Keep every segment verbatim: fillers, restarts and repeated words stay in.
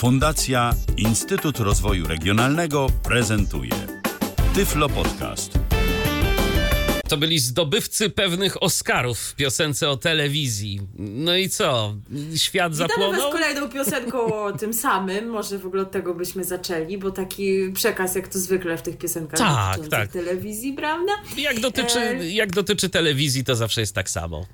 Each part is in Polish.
Fundacja Instytut Rozwoju Regionalnego prezentuje Tyflo Podcast. To byli zdobywcy pewnych Oscarów w piosence o telewizji. No i co? Świat zapłonął? Witamy was kolejną piosenką o tym samym. Może w ogóle od tego byśmy zaczęli, bo taki przekaz, jak to zwykle w tych piosenkach tak, dotyczących tak. telewizji, prawda? Jak dotyczy, e... jak dotyczy telewizji, to zawsze jest tak samo.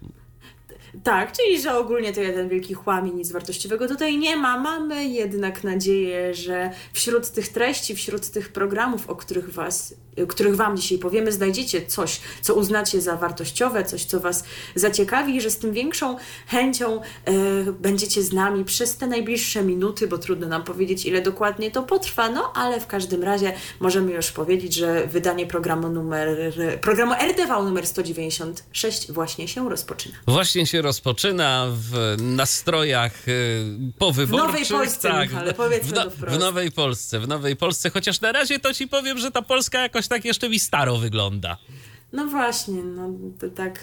Tak, czyli że ogólnie to jeden wielki chłam i nic wartościowego tutaj nie ma. Mamy jednak nadzieję, że wśród tych treści, wśród tych programów, o których was, o których wam dzisiaj powiemy, znajdziecie coś, co uznacie za wartościowe, coś, co was zaciekawi i że z tym większą chęcią e, będziecie z nami przez te najbliższe minuty, bo trudno nam powiedzieć, ile dokładnie to potrwa, no ale w każdym razie możemy już powiedzieć, że wydanie programu numer, programu R T V numer sto dziewięćdziesiąt sześć właśnie się rozpoczyna. Właśnie się rozpoczyna w nastrojach powyborczych. W Nowej Polsce, tak, Michale, powiedzmy w, no, to wprost. w Nowej Polsce, w Nowej Polsce, chociaż na razie to ci powiem, że ta Polska jakoś tak jeszcze mi staro wygląda. No właśnie, no to tak...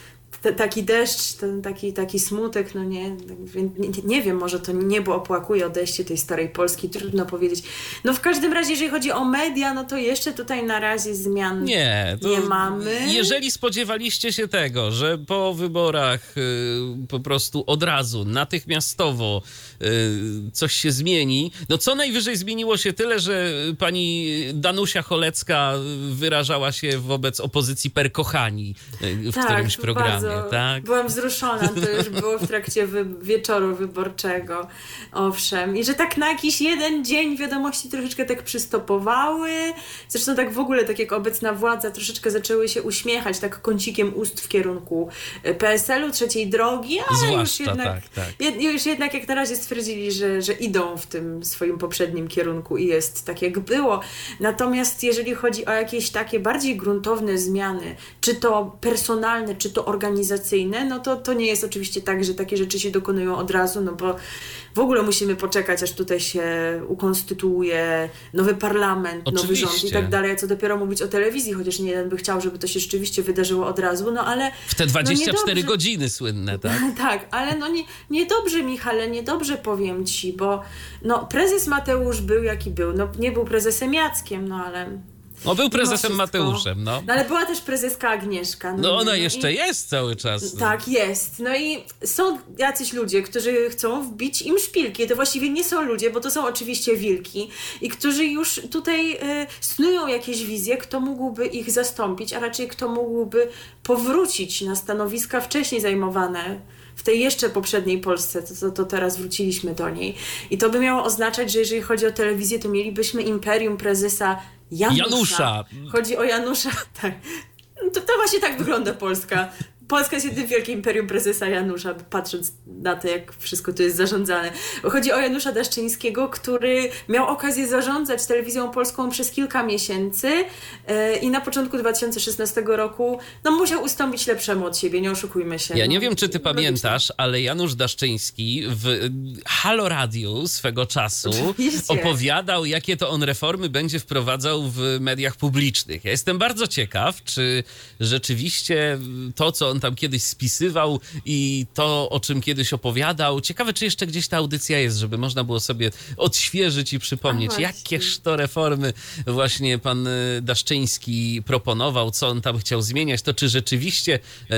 T- taki deszcz, ten taki, taki smutek, no nie, nie, nie wiem, może to niebo opłakuje odejście tej starej Polski, trudno powiedzieć. No w każdym razie, jeżeli chodzi o media, no to jeszcze tutaj na razie zmian nie, to nie mamy. Jeżeli spodziewaliście się tego, że po wyborach y, po prostu od razu, natychmiastowo y, coś się zmieni, no co najwyżej zmieniło się tyle, że pani Danusia Cholecka wyrażała się wobec opozycji per kochani y, w tak, którymś programie. Bardzo. Tak? Byłam wzruszona, to już było w trakcie wy- wieczoru wyborczego, owszem. I że tak na jakiś jeden dzień wiadomości troszeczkę tak przystopowały. Zresztą tak w ogóle, tak jak obecna władza, troszeczkę zaczęły się uśmiechać tak kącikiem ust w kierunku P S L u, trzeciej drogi, ale Zwłaszcza, już jednak, tak, tak. Jed, już jednak jak na razie stwierdzili, że, że idą w tym swoim poprzednim kierunku i jest tak jak było. Natomiast jeżeli chodzi o jakieś takie bardziej gruntowne zmiany, czy to personalne, czy to organizacyjne, no to, to nie jest oczywiście tak, że takie rzeczy się dokonują od razu, no bo w ogóle musimy poczekać, aż tutaj się ukonstytuuje nowy parlament, oczywiście. nowy rząd i tak dalej, co dopiero mówić o telewizji, chociaż nie jeden by chciał, żeby to się rzeczywiście wydarzyło od razu, no ale... W te dwadzieścia cztery no godziny słynne, tak? Tak, ale no nie, niedobrze, Michale, niedobrze powiem ci, bo no prezes Mateusz był jaki był, no nie był prezesem Jackiem, no ale... No był prezesem Mateuszem, no. No ale była też prezeska Agnieszka. No, no ona no jeszcze i... jest cały czas. Tak, jest. No i są jacyś ludzie, którzy chcą wbić im szpilki. To właściwie nie są ludzie, bo to są oczywiście wilki i którzy już tutaj y, snują jakieś wizje, kto mógłby ich zastąpić, a raczej kto mógłby powrócić na stanowiska wcześniej zajmowane w tej jeszcze poprzedniej Polsce, to, to, to teraz wróciliśmy do niej. I to by miało oznaczać, że jeżeli chodzi o telewizję, to mielibyśmy imperium prezesa Janusza. Janusza. Chodzi o Janusza, tak. To, to właśnie tak wygląda Polska. Polska jest jednym wielkim imperium prezesa Janusza, patrząc na to, jak wszystko tu jest zarządzane. Chodzi o Janusza Daszczyńskiego, który miał okazję zarządzać telewizją polską przez kilka miesięcy yy, i na początku dwa tysiące szesnastego roku no, musiał ustąpić lepszemu od siebie, nie oszukujmy się. Ja no, nie wiem, czy ty logicznie. pamiętasz, ale Janusz Daszczyński w Halo Radiu swego czasu Oczywiście. opowiadał, jakie to on reformy będzie wprowadzał w mediach publicznych. Ja jestem bardzo ciekaw, czy rzeczywiście to, co on tam kiedyś spisywał i to, o czym kiedyś opowiadał. Ciekawe, czy jeszcze gdzieś ta audycja jest, żeby można było sobie odświeżyć i przypomnieć, jakież to reformy właśnie pan Daszczyński proponował, co on tam chciał zmieniać, to czy rzeczywiście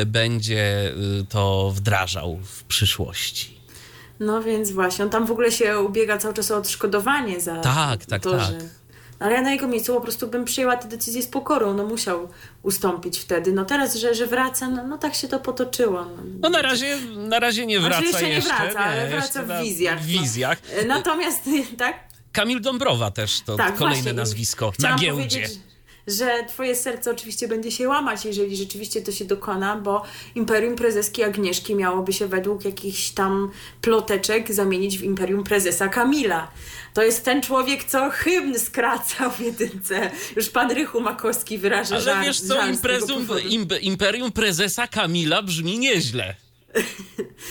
będzie to wdrażał w przyszłości. No więc właśnie, on tam w ogóle się ubiega cały czas o odszkodowanie za tak, tak, to, tak. że... Ale ja na jego miejscu po prostu bym przyjęła tę decyzję z pokorą, no musiał ustąpić wtedy. No teraz, że, że wraca, no, no tak się to potoczyło. No, no na razie, na razie nie wraca jeszcze. jeszcze nie wraca, nie, ale wraca w wizjach. W wizjach. No. Natomiast, tak? Kamil Dąbrowa też, to tak, kolejne właśnie. nazwisko Chciałam na giełdzie. Powiedzieć, że twoje serce oczywiście będzie się łamać, jeżeli rzeczywiście to się dokona, bo Imperium Prezeski Agnieszki miałoby się według jakichś tam ploteczek zamienić w Imperium Prezesa Kamila. To jest ten człowiek, co hymn skracał w jedynce. Już pan Rychu Makowski wyraża żal. Ale wiesz co, imprezum, im, Imperium Prezesa Kamila brzmi nieźle.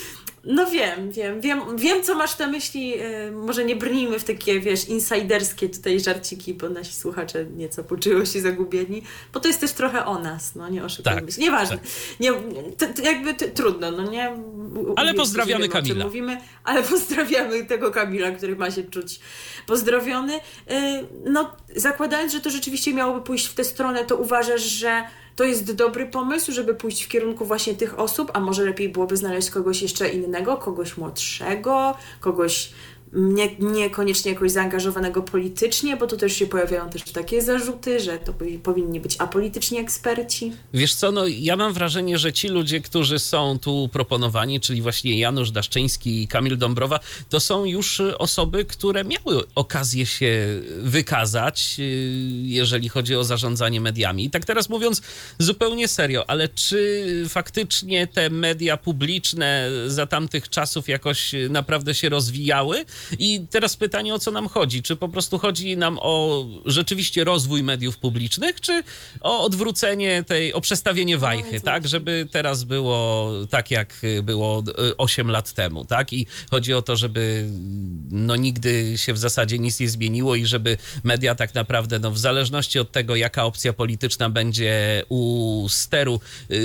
No wiem, wiem, wiem, wiem, co masz na myśli. Yy, może nie brnijmy w takie, wiesz, insajderskie tutaj żarciki, bo nasi słuchacze nieco poczują się zagubieni, bo to jest też trochę o nas, no nie oszukujmy tak, się. Nieważne. Tak. Nie, to, to jakby to, trudno, no nie? U, ale u, pozdrawiamy wiemy, Kamila. Mówimy, ale pozdrawiamy tego Kamila, który ma się czuć pozdrowiony. Yy, no, zakładając, że to rzeczywiście miałoby pójść w tę stronę, to uważasz, że to jest dobry pomysł, żeby pójść w kierunku właśnie tych osób, a może lepiej byłoby znaleźć kogoś jeszcze innego, kogoś młodszego, kogoś nie, niekoniecznie jakoś zaangażowanego politycznie, bo tu też się pojawiają też takie zarzuty, że to powinni być apolityczni eksperci. Wiesz co, no ja mam wrażenie, że ci ludzie, którzy są tu proponowani, czyli właśnie Janusz Daszczyński i Kamil Dąbrowa, to są już osoby, które miały okazję się wykazać, jeżeli chodzi o zarządzanie mediami. I tak teraz mówiąc zupełnie serio, ale czy faktycznie te media publiczne za tamtych czasów jakoś naprawdę się rozwijały? I teraz pytanie, o co nam chodzi? Czy po prostu chodzi nam o rzeczywiście rozwój mediów publicznych, czy o odwrócenie tej, o przestawienie wajchy, tak? Żeby teraz było tak, jak było osiem lat temu, tak? I chodzi o to, żeby no nigdy się w zasadzie nic nie zmieniło i żeby media tak naprawdę, no w zależności od tego, jaka opcja polityczna będzie u steru,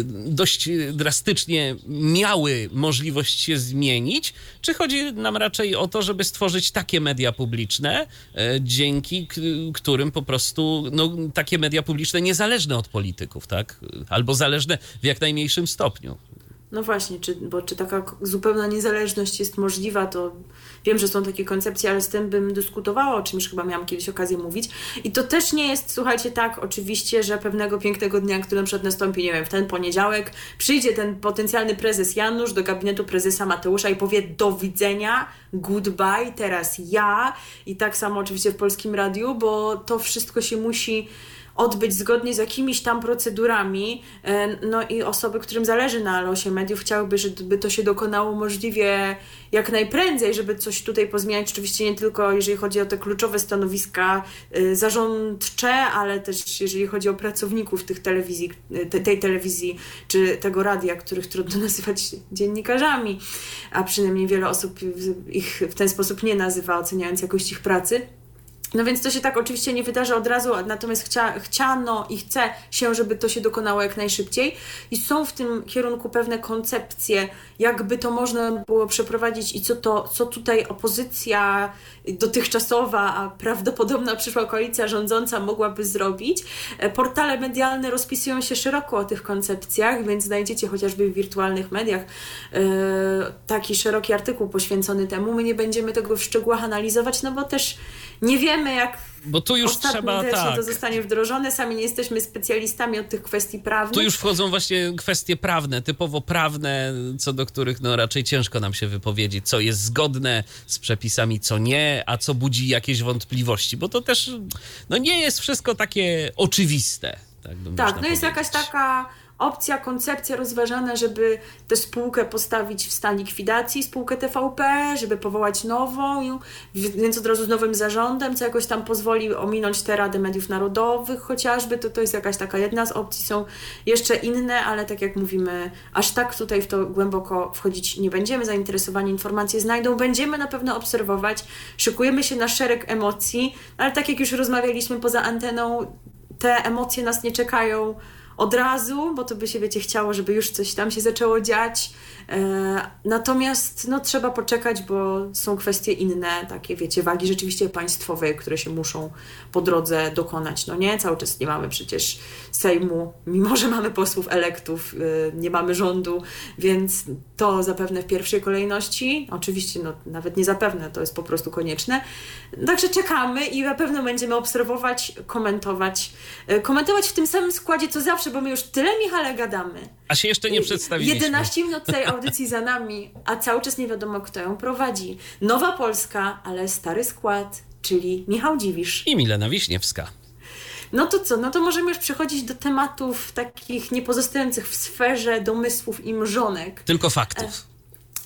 dość drastycznie miały możliwość się zmienić, czy chodzi nam raczej o to, żeby stworzyć takie media publiczne, dzięki k- którym po prostu, no, takie media publiczne niezależne od polityków, tak? Albo zależne w jak najmniejszym stopniu. No właśnie, czy, bo czy taka zupełna niezależność jest możliwa, to wiem, że są takie koncepcje, ale z tym bym dyskutowała, o czym już chyba miałam kiedyś okazję mówić. I to też nie jest, słuchajcie, tak oczywiście, że pewnego pięknego dnia, który na przykład nastąpi, nie wiem, w ten poniedziałek, przyjdzie ten potencjalny prezes Janusz do gabinetu prezesa Mateusza i powie do widzenia, goodbye, teraz ja. I tak samo oczywiście w Polskim Radiu, bo to wszystko się musi odbyć zgodnie z jakimiś tam procedurami, no i osoby, którym zależy na losie mediów, chciałyby, żeby to się dokonało możliwie jak najprędzej, żeby coś tutaj pozmieniać, oczywiście nie tylko jeżeli chodzi o te kluczowe stanowiska zarządcze, ale też jeżeli chodzi o pracowników tych telewizji, tej telewizji czy tego radia, których trudno nazywać dziennikarzami, a przynajmniej wiele osób ich w ten sposób nie nazywa, oceniając jakość ich pracy. No więc to się tak oczywiście nie wydarzy od razu, natomiast chcia, chciano i chce się, żeby to się dokonało jak najszybciej i są w tym kierunku pewne koncepcje, jakby to można było przeprowadzić i co to, co tutaj opozycja dotychczasowa, a prawdopodobna przyszła koalicja rządząca mogłaby zrobić. Portale medialne rozpisują się szeroko o tych koncepcjach, więc znajdziecie chociażby w wirtualnych mediach yy, taki szeroki artykuł poświęcony temu. My nie będziemy tego w szczegółach analizować, no bo też nie wiemy, jak bo tu już trzeba, tak. to zostanie wdrożone. Sami nie jesteśmy specjalistami od tych kwestii prawnych. Tu już wchodzą właśnie kwestie prawne, typowo prawne, co do których no raczej ciężko nam się wypowiedzieć, co jest zgodne z przepisami, co nie, a co budzi jakieś wątpliwości, bo to też no nie jest wszystko takie oczywiste. Tak, bym tak no powiedzieć. Jest jakaś taka opcja, koncepcja rozważana, żeby tę spółkę postawić w stan likwidacji, spółkę T V P, żeby powołać nową, więc od razu z nowym zarządem, co jakoś tam pozwoli ominąć tę Radę Mediów Narodowych chociażby, to to jest jakaś taka jedna z opcji, są jeszcze inne, ale tak jak mówimy, aż tak tutaj w to głęboko wchodzić nie będziemy, zainteresowani informacje znajdą, będziemy na pewno obserwować, szykujemy się na szereg emocji, ale tak jak już rozmawialiśmy poza anteną, te emocje nas nie czekają od razu, bo to by się, wiecie, chciało, żeby już coś tam się zaczęło dziać. E, natomiast no, trzeba poczekać, bo są kwestie inne, takie, wiecie, wagi rzeczywiście państwowe, które się muszą po drodze dokonać. No nie, cały czas nie mamy przecież Sejmu, mimo że mamy posłów elektów, e, nie mamy rządu, więc to zapewne w pierwszej kolejności, oczywiście no, nawet nie zapewne, to jest po prostu konieczne. Także czekamy i na pewno będziemy obserwować, komentować. E, komentować w tym samym składzie, co zawsze, bo my już tyle, Michale, gadamy. A się jeszcze nie przedstawiliśmy. jedenaście minut tej audycji za nami, a cały czas nie wiadomo, kto ją prowadzi. Nowa Polska, ale stary skład, czyli Michał Dziwisz. I Milena Wiśniewska. No to co? No to możemy już przechodzić do tematów takich niepozostających w sferze domysłów i mrzonek. Tylko faktów.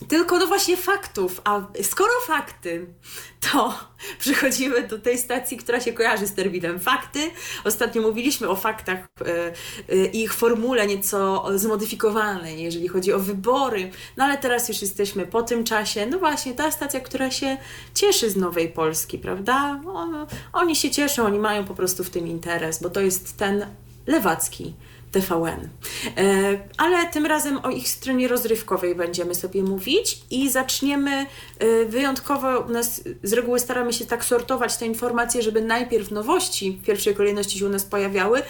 Tylko no właśnie faktów, a skoro fakty, to przychodzimy do tej stacji, która się kojarzy z terminem fakty. Ostatnio mówiliśmy o faktach i ich formule nieco zmodyfikowanej, jeżeli chodzi o wybory, no ale teraz już jesteśmy po tym czasie. No właśnie, ta stacja, która się cieszy z Nowej Polski, prawda? No, oni się cieszą, oni mają po prostu w tym interes, bo to jest ten lewacki T V N. Ale tym razem o ich stronie rozrywkowej będziemy sobie mówić i zaczniemy wyjątkowo, u nas z reguły staramy się tak sortować te informacje, żeby najpierw nowości w pierwszej kolejności się u nas pojawiały,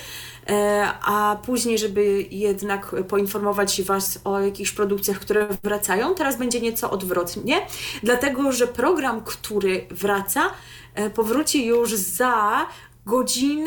a później, żeby jednak poinformować Was o jakichś produkcjach, które wracają. Teraz będzie nieco odwrotnie, dlatego że program, który wraca, powróci już za godzinę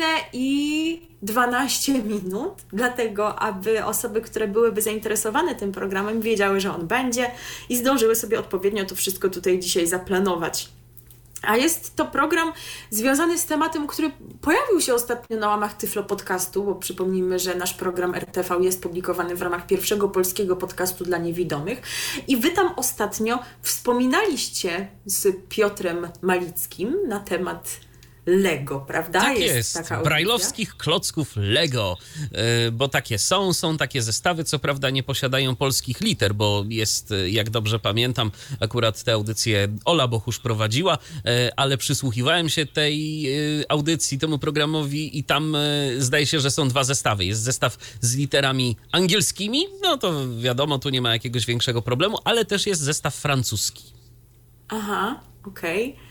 i dwanaście minut, dlatego aby osoby, które byłyby zainteresowane tym programem, wiedziały, że on będzie i zdążyły sobie odpowiednio to wszystko tutaj dzisiaj zaplanować. A jest to program związany z tematem, który pojawił się ostatnio na łamach Tyflo Podcastu, bo przypomnijmy, że nasz program R T V jest publikowany w ramach pierwszego polskiego podcastu dla niewidomych i Wy tam ostatnio wspominaliście z Piotrem Malickim na temat Lego, prawda? Tak jest, jest. Taka brajlowskich klocków Lego, yy, bo takie są, są takie zestawy, co prawda nie posiadają polskich liter, bo jest, jak dobrze pamiętam, akurat tę audycję Ola Bochusz prowadziła, yy, ale przysłuchiwałem się tej yy, audycji, temu programowi i tam yy, zdaje się, że są dwa zestawy. Jest zestaw z literami angielskimi, no to wiadomo, tu nie ma jakiegoś większego problemu, ale też jest zestaw francuski. Aha, okej. Okay.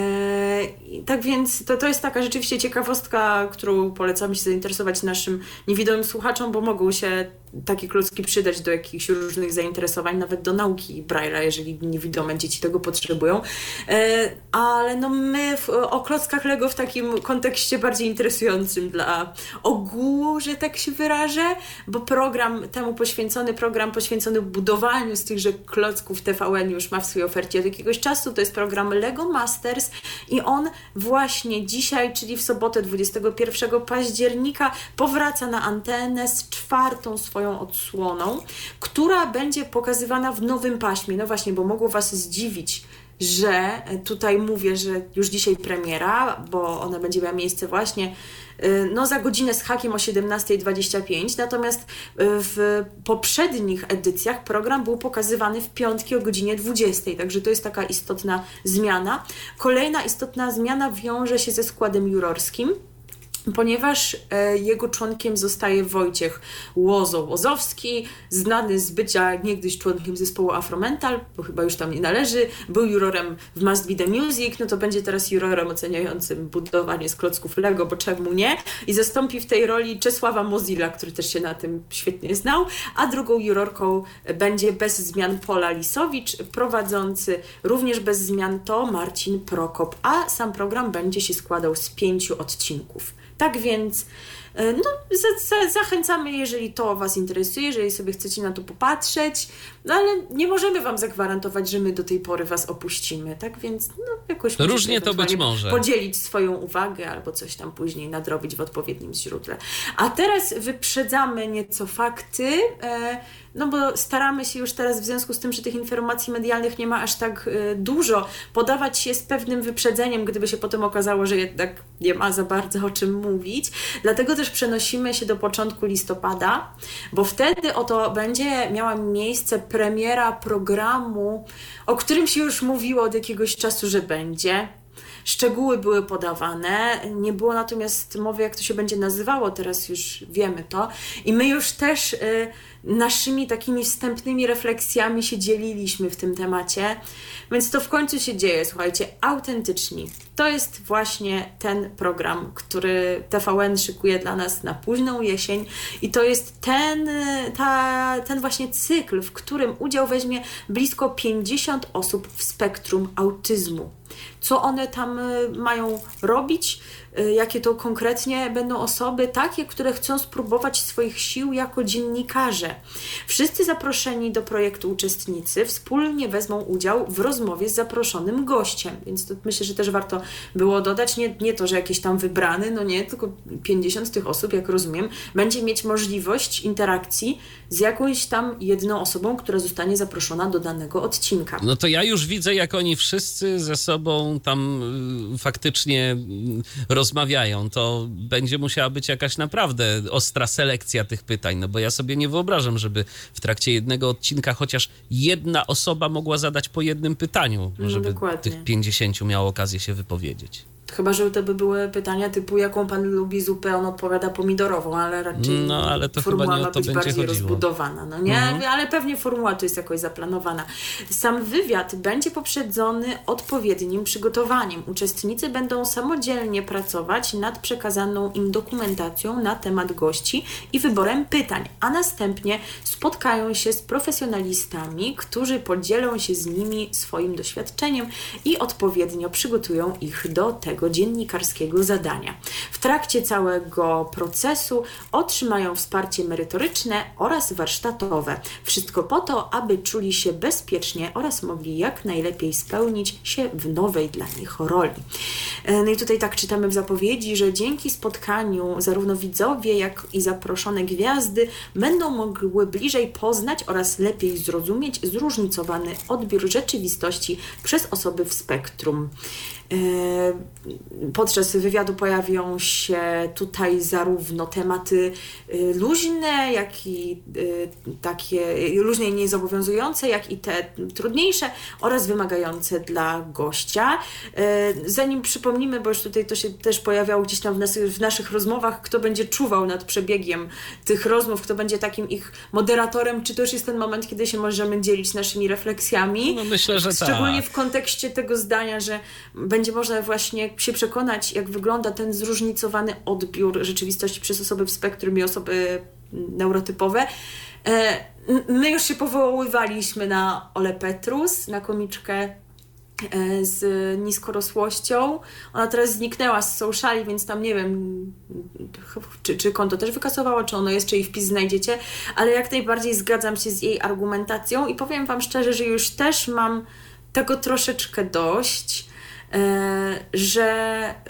Yy, tak więc to, to jest taka rzeczywiście ciekawostka, którą polecamy się zainteresować naszym niewidomym słuchaczom, bo mogą się takie klocki przydać do jakichś różnych zainteresowań, nawet do nauki Braille'a, jeżeli niewidome dzieci tego potrzebują. Yy, ale no my w, o klockach Lego w takim kontekście bardziej interesującym dla ogółu, że tak się wyrażę, bo program temu poświęcony, program poświęcony budowaniu z tychże klocków T V N już ma w swojej ofercie od jakiegoś czasu. To jest program Lego Masters i on właśnie dzisiaj, czyli w sobotę dwudziestego pierwszego października powraca na antenę z czwartą swoją odsłoną, która będzie pokazywana w nowym paśmie. No właśnie, bo mogło Was zdziwić, że tutaj mówię, że już dzisiaj premiera, bo ona będzie miała miejsce właśnie no za godzinę z hakiem o siedemnasta dwadzieścia pięć, natomiast w poprzednich edycjach program był pokazywany w piątki o godzinie dwudziestej, także to jest taka istotna zmiana. Kolejna istotna zmiana wiąże się ze składem jurorskim, ponieważ jego członkiem zostaje Wojciech Łozo-Łozowski, znany z bycia niegdyś członkiem zespołu Afromental, bo chyba już tam nie należy, był jurorem w Must Be The Music, no to będzie teraz jurorem oceniającym budowanie z klocków Lego, bo czemu nie? I zastąpi w tej roli Czesława Mozilla, który też się na tym świetnie znał, a drugą jurorką będzie bez zmian Pola Lisowicz, prowadzący również bez zmian to Marcin Prokop, a sam program będzie się składał z pięciu odcinków. Tak więc no, za, za, zachęcamy, jeżeli to Was interesuje, jeżeli sobie chcecie na to popatrzeć, no ale nie możemy Wam zagwarantować, że my do tej pory Was opuścimy, tak więc no, jakoś różnie to być może. Podzielić swoją uwagę albo coś tam później nadrobić w odpowiednim źródle. A teraz wyprzedzamy nieco fakty, e, no bo staramy się już teraz w związku z tym, że tych informacji medialnych nie ma aż tak e, dużo, podawać się z pewnym wyprzedzeniem, gdyby się potem okazało, że jednak nie ma za bardzo o czym mówić. Dlatego też przenosimy się do początku listopada, bo wtedy oto będzie miała miejsce premiera programu, o którym się już mówiło od jakiegoś czasu, że będzie. Szczegóły były podawane, nie było natomiast mowy, jak to się będzie nazywało, teraz już wiemy to. I my już też y, naszymi takimi wstępnymi refleksjami się dzieliliśmy w tym temacie, więc to w końcu się dzieje, słuchajcie, Autentyczni. To jest właśnie ten program, który T V N szykuje dla nas na późną jesień i to jest ten, ta, ten właśnie cykl, w którym udział weźmie blisko pięćdziesiąt osób w spektrum autyzmu. co one tam mają robić, jakie to konkretnie będą osoby, takie, które chcą spróbować swoich sił jako dziennikarze. Wszyscy zaproszeni do projektu uczestnicy wspólnie wezmą udział w rozmowie z zaproszonym gościem, więc to myślę, że też warto było dodać, nie, nie to, że jakiś tam wybrany, no nie, tylko pięćdziesiąt tych osób, jak rozumiem, będzie mieć możliwość interakcji z jakąś tam jedną osobą, która zostanie zaproszona do danego odcinka. No to ja już widzę, jak oni wszyscy ze sobą tam y, faktycznie y, rozmawiają. To będzie musiała być jakaś naprawdę ostra selekcja tych pytań, no bo ja sobie nie wyobrażam, żeby w trakcie jednego odcinka chociaż jedna osoba mogła zadać po jednym pytaniu, No, żeby dokładnie. tych pięćdziesięciu miało okazję się wypowiedzieć. Chyba, że to by były pytania typu, jaką pan lubi zupę, on odpowiada pomidorową, ale raczej no, ale to formuła chyba nie o ma to być będzie bardziej chodziło. rozbudowana. No nie, Mhm. ale pewnie formuła tu jest jakoś zaplanowana. Sam wywiad będzie poprzedzony odpowiednim przygotowaniem. Uczestnicy będą samodzielnie pracować nad przekazaną im dokumentacją na temat gości i wyborem pytań, a następnie spotkają się z profesjonalistami, którzy podzielą się z nimi swoim doświadczeniem i odpowiednio przygotują ich do tego dziennikarskiego zadania. W trakcie całego procesu otrzymają wsparcie merytoryczne oraz warsztatowe. Wszystko po to, aby czuli się bezpiecznie oraz mogli jak najlepiej spełnić się w nowej dla nich roli. No i tutaj tak czytamy w zapowiedzi, że dzięki spotkaniu zarówno widzowie, jak i zaproszone gwiazdy będą mogły bliżej poznać oraz lepiej zrozumieć zróżnicowany odbiór rzeczywistości przez osoby w spektrum. Podczas wywiadu pojawią się tutaj zarówno tematy luźne, jak i takie luźne i niezobowiązujące, jak i te trudniejsze oraz wymagające dla gościa. Zanim przypomnimy, bo już tutaj to się też pojawiało gdzieś tam w, nas, w naszych rozmowach, kto będzie czuwał nad przebiegiem tych rozmów, kto będzie takim ich moderatorem, czy to już jest ten moment, kiedy się możemy dzielić naszymi refleksjami. No myślę, że Szczególnie tak. w kontekście tego zdania, że będzie można właśnie się przekonać, jak wygląda ten zróżnicowany odbiór rzeczywistości przez osoby w spektrum i osoby neurotypowe. My już się powoływaliśmy na Olę Petrus, na komiczkę z niskorosłością. Ona teraz zniknęła z sociali, więc tam nie wiem, czy, czy konto też wykasowała, czy ono jest, czy jej wpis znajdziecie, ale jak najbardziej zgadzam się z jej argumentacją i powiem wam szczerze, że już też mam tego troszeczkę dość, że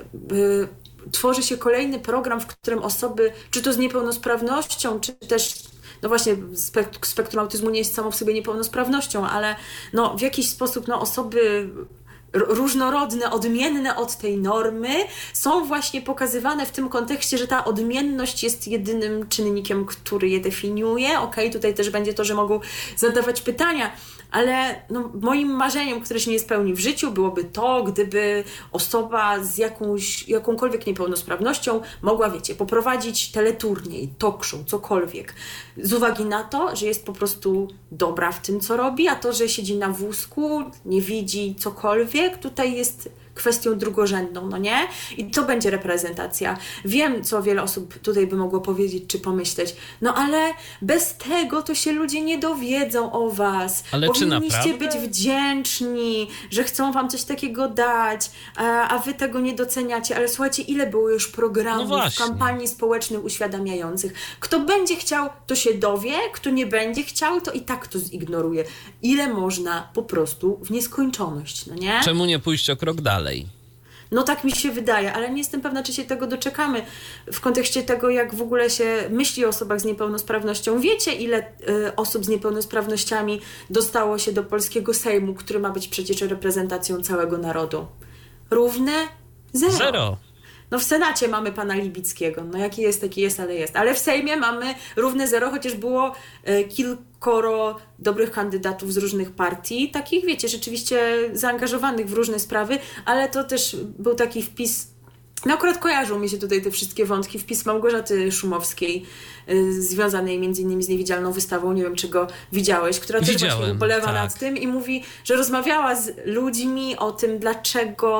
tworzy się kolejny program, w którym osoby, czy to z niepełnosprawnością, czy też, no właśnie, spektrum autyzmu nie jest samo w sobie niepełnosprawnością, ale no w jakiś sposób no osoby różnorodne, odmienne od tej normy są właśnie pokazywane w tym kontekście, że ta odmienność jest jedynym czynnikiem, który je definiuje. Okej, tutaj też będzie to, że mogą zadawać pytania, ale no, moim marzeniem, które się nie spełni w życiu, byłoby to, gdyby osoba z jakąś, jakąkolwiek niepełnosprawnością mogła, wiecie, poprowadzić teleturniej, talk show, cokolwiek. Z uwagi na to, że jest po prostu dobra w tym, co robi, a to, że siedzi na wózku, nie widzi cokolwiek, tutaj jest kwestią drugorzędną, no nie? I to będzie reprezentacja. Wiem, co wiele osób tutaj by mogło powiedzieć, czy pomyśleć, no ale bez tego to się ludzie nie dowiedzą o was. Ale czy powinniście naprawdę? być wdzięczni, że chcą wam coś takiego dać, a, a wy tego nie doceniacie. Ale słuchajcie, ile było już programów, No właśnie. kampanii społecznych uświadamiających. Kto będzie chciał, to się dowie, kto nie będzie chciał, to i tak to zignoruje. Ile można po prostu w nieskończoność, no nie? Czemu nie pójść o krok dalej? No tak mi się wydaje, ale nie jestem pewna, czy się tego doczekamy w kontekście tego, jak w ogóle się myśli o osobach z niepełnosprawnością. Wiecie, ile y, osób z niepełnosprawnościami dostało się do polskiego Sejmu, który ma być przecież reprezentacją całego narodu? Równe zero. Zero. No w Senacie mamy pana Libickiego, no jaki jest, taki jest, ale jest. Ale w Sejmie mamy równe zero, chociaż było y, kilkoro dobrych kandydatów z różnych partii, takich, wiecie, rzeczywiście zaangażowanych w różne sprawy, ale to też był taki wpis, no akurat kojarzą mi się tutaj te wszystkie wątki, wpis Małgorzaty Szumowskiej, y, związanej między innymi z niewidzialną wystawą, nie wiem, czy go widziałeś, która też Widziałem, właśnie ubolewa tak. nad tym i mówi, że rozmawiała z ludźmi o tym, dlaczego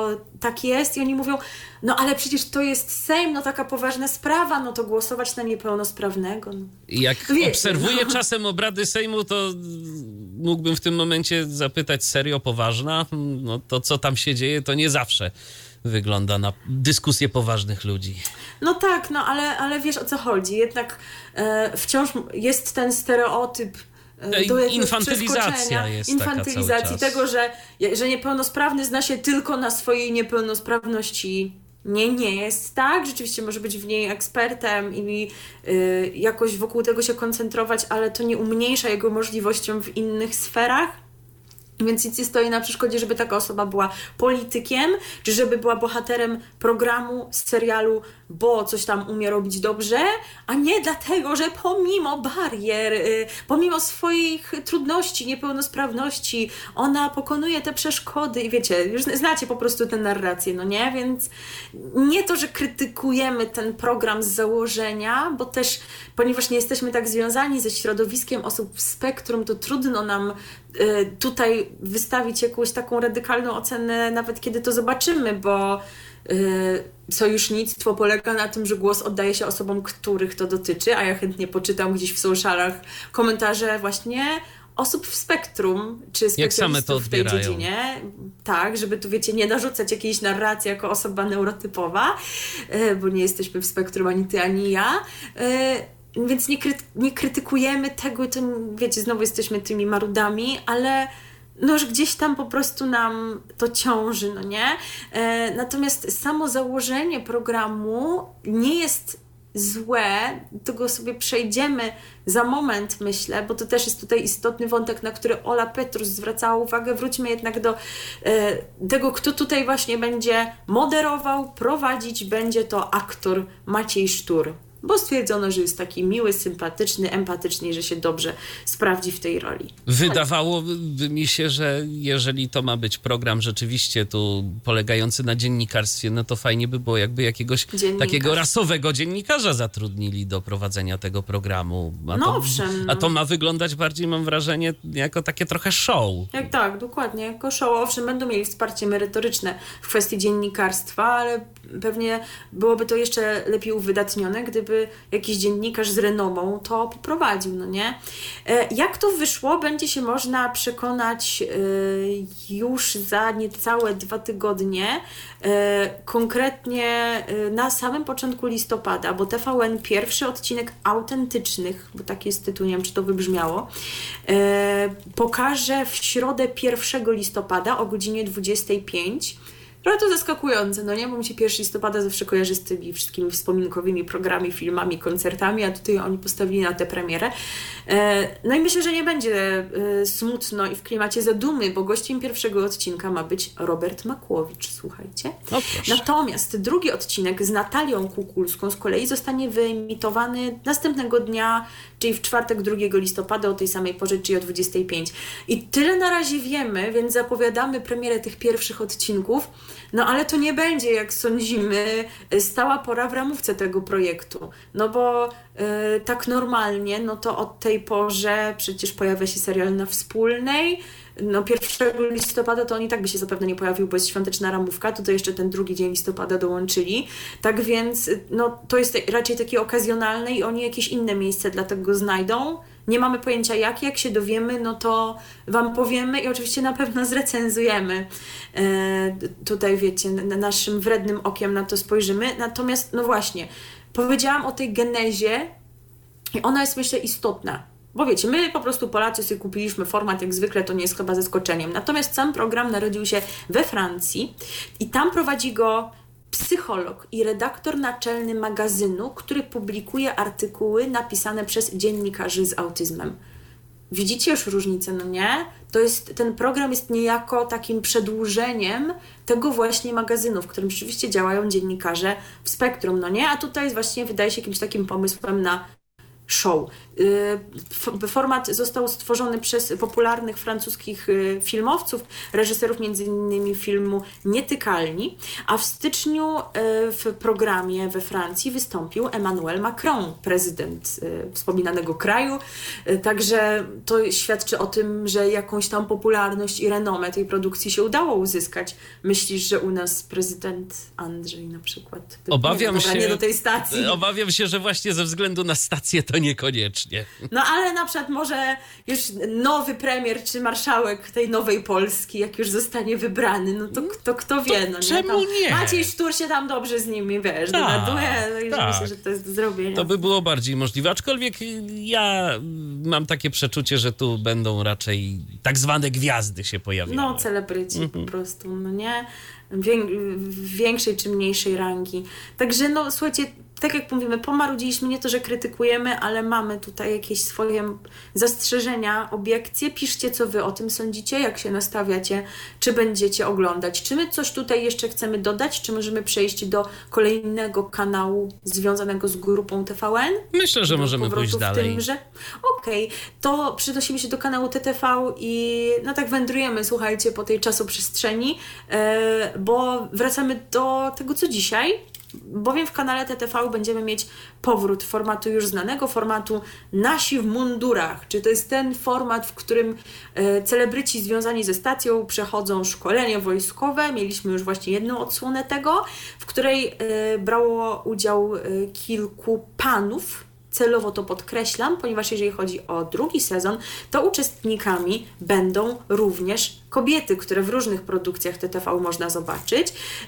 tak jest i oni mówią, no ale przecież to jest Sejm, no taka poważna sprawa, no to głosować na niepełnosprawnego. No. Jak Wiecie, obserwuję no. czasem obrady Sejmu, to mógłbym w tym momencie zapytać, serio, poważna? No to co tam się dzieje, to nie zawsze wygląda na dyskusję poważnych ludzi. No tak, no ale, ale wiesz, o co chodzi. Jednak e, wciąż jest ten stereotyp e, do jakiegoś infantylizacja jest infantylizacji taka cały czas. tego, że, że niepełnosprawny zna się tylko na swojej niepełnosprawności. Nie, nie jest tak. Rzeczywiście może być w niej ekspertem i y, jakoś wokół tego się koncentrować, ale to nie umniejsza jego możliwościom w innych sferach. Więc nic nie stoi na przeszkodzie, żeby taka osoba była politykiem, czy żeby była bohaterem programu, serialu, bo coś tam umie robić dobrze, a nie dlatego, że pomimo barier, y, pomimo swoich trudności, niepełnosprawności, ona pokonuje te przeszkody i wiecie, już znacie po prostu tę narrację, no nie? Więc nie to, że krytykujemy ten program z założenia, bo też, ponieważ nie jesteśmy tak związani ze środowiskiem osób w spektrum, to trudno nam y, tutaj wystawić jakąś taką radykalną ocenę, nawet kiedy to zobaczymy, bo y, sojusznictwo polega na tym, że głos oddaje się osobom, których to dotyczy, a ja chętnie poczytam gdzieś w socialach komentarze właśnie osób w spektrum, czy specjalistów w tej dziedzinie. Tak, żeby tu, wiecie, nie narzucać jakiejś narracji jako osoba neurotypowa, y, bo nie jesteśmy w spektrum ani ty, ani ja. Y, Więc nie, kry- nie krytykujemy tego, to wiecie, znowu jesteśmy tymi marudami, ale no już gdzieś tam po prostu nam to ciąży, no nie? E, natomiast samo założenie programu nie jest złe, tego sobie przejdziemy za moment, myślę, bo to też jest tutaj istotny wątek, na który Ola Petrus zwracała uwagę. Wróćmy jednak do e, tego, kto tutaj właśnie będzie moderował, prowadzić, będzie to aktor Maciej Sztur. Bo stwierdzono, że jest taki miły, sympatyczny, empatyczny i że się dobrze sprawdzi w tej roli. Wydawałoby mi się, że jeżeli to ma być program rzeczywiście tu polegający na dziennikarstwie, no to fajnie by było, jakby jakiegoś takiego rasowego dziennikarza zatrudnili do prowadzenia tego programu. A no to, owszem. A to ma wyglądać bardziej, mam wrażenie, jako takie trochę show. Jak tak, dokładnie, jako show. Owszem, będą mieli wsparcie merytoryczne w kwestii dziennikarstwa, ale pewnie byłoby to jeszcze lepiej uwydatnione, gdyby jakiś dziennikarz z renomą to poprowadził, no nie? Jak to wyszło, będzie się można przekonać już za niecałe dwa tygodnie, konkretnie na samym początku listopada, bo T V N pierwszy odcinek Autentycznych, bo taki jest tytuł, nie wiem, czy to wybrzmiało, pokaże w środę pierwszego listopada o godzinie dwudziestej piątej. Trochę to zaskakujące, no nie? Bo mi się pierwszego listopada zawsze kojarzy z tymi wszystkimi wspominkowymi programami, filmami, koncertami, a tutaj oni postawili na tę premierę. No i myślę, że nie będzie smutno i w klimacie zadumy, bo gościem pierwszego odcinka ma być Robert Makłowicz, słuchajcie. No Natomiast drugi odcinek z Natalią Kukulską z kolei zostanie wyemitowany następnego dnia, czyli w czwartek drugiego listopada o tej samej porze, czyli o dwudziestej piątej. I tyle na razie wiemy, więc zapowiadamy premierę tych pierwszych odcinków, no ale to nie będzie, jak sądzimy, stała pora w ramówce tego projektu. No bo yy, tak normalnie, no to od tej porze przecież pojawia się serial na Wspólnej. No pierwszego listopada to on i tak by się zapewne nie pojawił, bo jest świąteczna ramówka, tutaj jeszcze ten drugi dzień listopada dołączyli. Tak więc no, to jest raczej takie okazjonalne i oni jakieś inne miejsce dla tego znajdą. Nie mamy pojęcia jakie, jak się dowiemy, no to wam powiemy i oczywiście na pewno zrecenzujemy. E, tutaj wiecie, naszym wrednym okiem na to spojrzymy. Natomiast no właśnie, powiedziałam o tej genezie i ona jest, myślę, istotna. Bo wiecie, my po prostu Polacy sobie kupiliśmy format, jak zwykle, to nie jest chyba zaskoczeniem. Natomiast sam program narodził się we Francji i tam prowadzi go psycholog i redaktor naczelny magazynu, który publikuje artykuły napisane przez dziennikarzy z autyzmem. Widzicie już różnicę, no nie? To jest, ten program jest niejako takim przedłużeniem tego właśnie magazynu, w którym rzeczywiście działają dziennikarze w spektrum, no nie? A tutaj jest właśnie, wydaje się, jakimś takim pomysłem na show. Format został stworzony przez popularnych francuskich filmowców, reżyserów między innymi filmu Nietykalni, a w styczniu w programie we Francji wystąpił Emmanuel Macron, prezydent wspominanego kraju, także to świadczy o tym, że jakąś tam popularność i renomę tej produkcji się udało uzyskać. Myślisz, że u nas prezydent Andrzej na przykład? Obawiam nie, dobra, się, nie do tej stacji. Obawiam się, że właśnie ze względu na stację to niekoniecznie. No ale na przykład może już nowy premier czy marszałek tej nowej Polski, jak już zostanie wybrany, no to, to kto wie, no nie? Czemu Tam nie? Maciej Sztur się tam dobrze z nimi, wiesz, dogaduje, no i tak. myślę, że to jest do zrobienia. To by było bardziej możliwe, aczkolwiek ja mam takie przeczucie, że tu będą raczej tak zwane gwiazdy się pojawiały. No, celebryci Mhm. po prostu, no nie? Wię- większej czy mniejszej rangi. Także no, słuchajcie, tak jak mówimy, pomarudziliśmy, nie to, że krytykujemy, ale mamy tutaj jakieś swoje zastrzeżenia, obiekcje. Piszcie, co wy o tym sądzicie, jak się nastawiacie, czy będziecie oglądać. Czy my coś tutaj jeszcze chcemy dodać, czy możemy przejść do kolejnego kanału związanego z grupą T V N? Myślę, że Do możemy powrotu pójść w dalej. Tym, że... Okej, okay. To przenosimy się do kanału T T V i no tak wędrujemy, słuchajcie, po tej czasoprzestrzeni, yy, bo wracamy do tego, co dzisiaj. Bowiem w kanale T T V będziemy mieć powrót formatu już znanego, formatu Nasi w mundurach. Czy to jest ten format, w którym e, celebryci związani ze stacją przechodzą szkolenie wojskowe. Mieliśmy już właśnie jedną odsłonę tego, w której e, brało udział e, kilku panów. Celowo to podkreślam, ponieważ jeżeli chodzi o drugi sezon, to uczestnikami będą również kobiety, które w różnych produkcjach T T V można zobaczyć,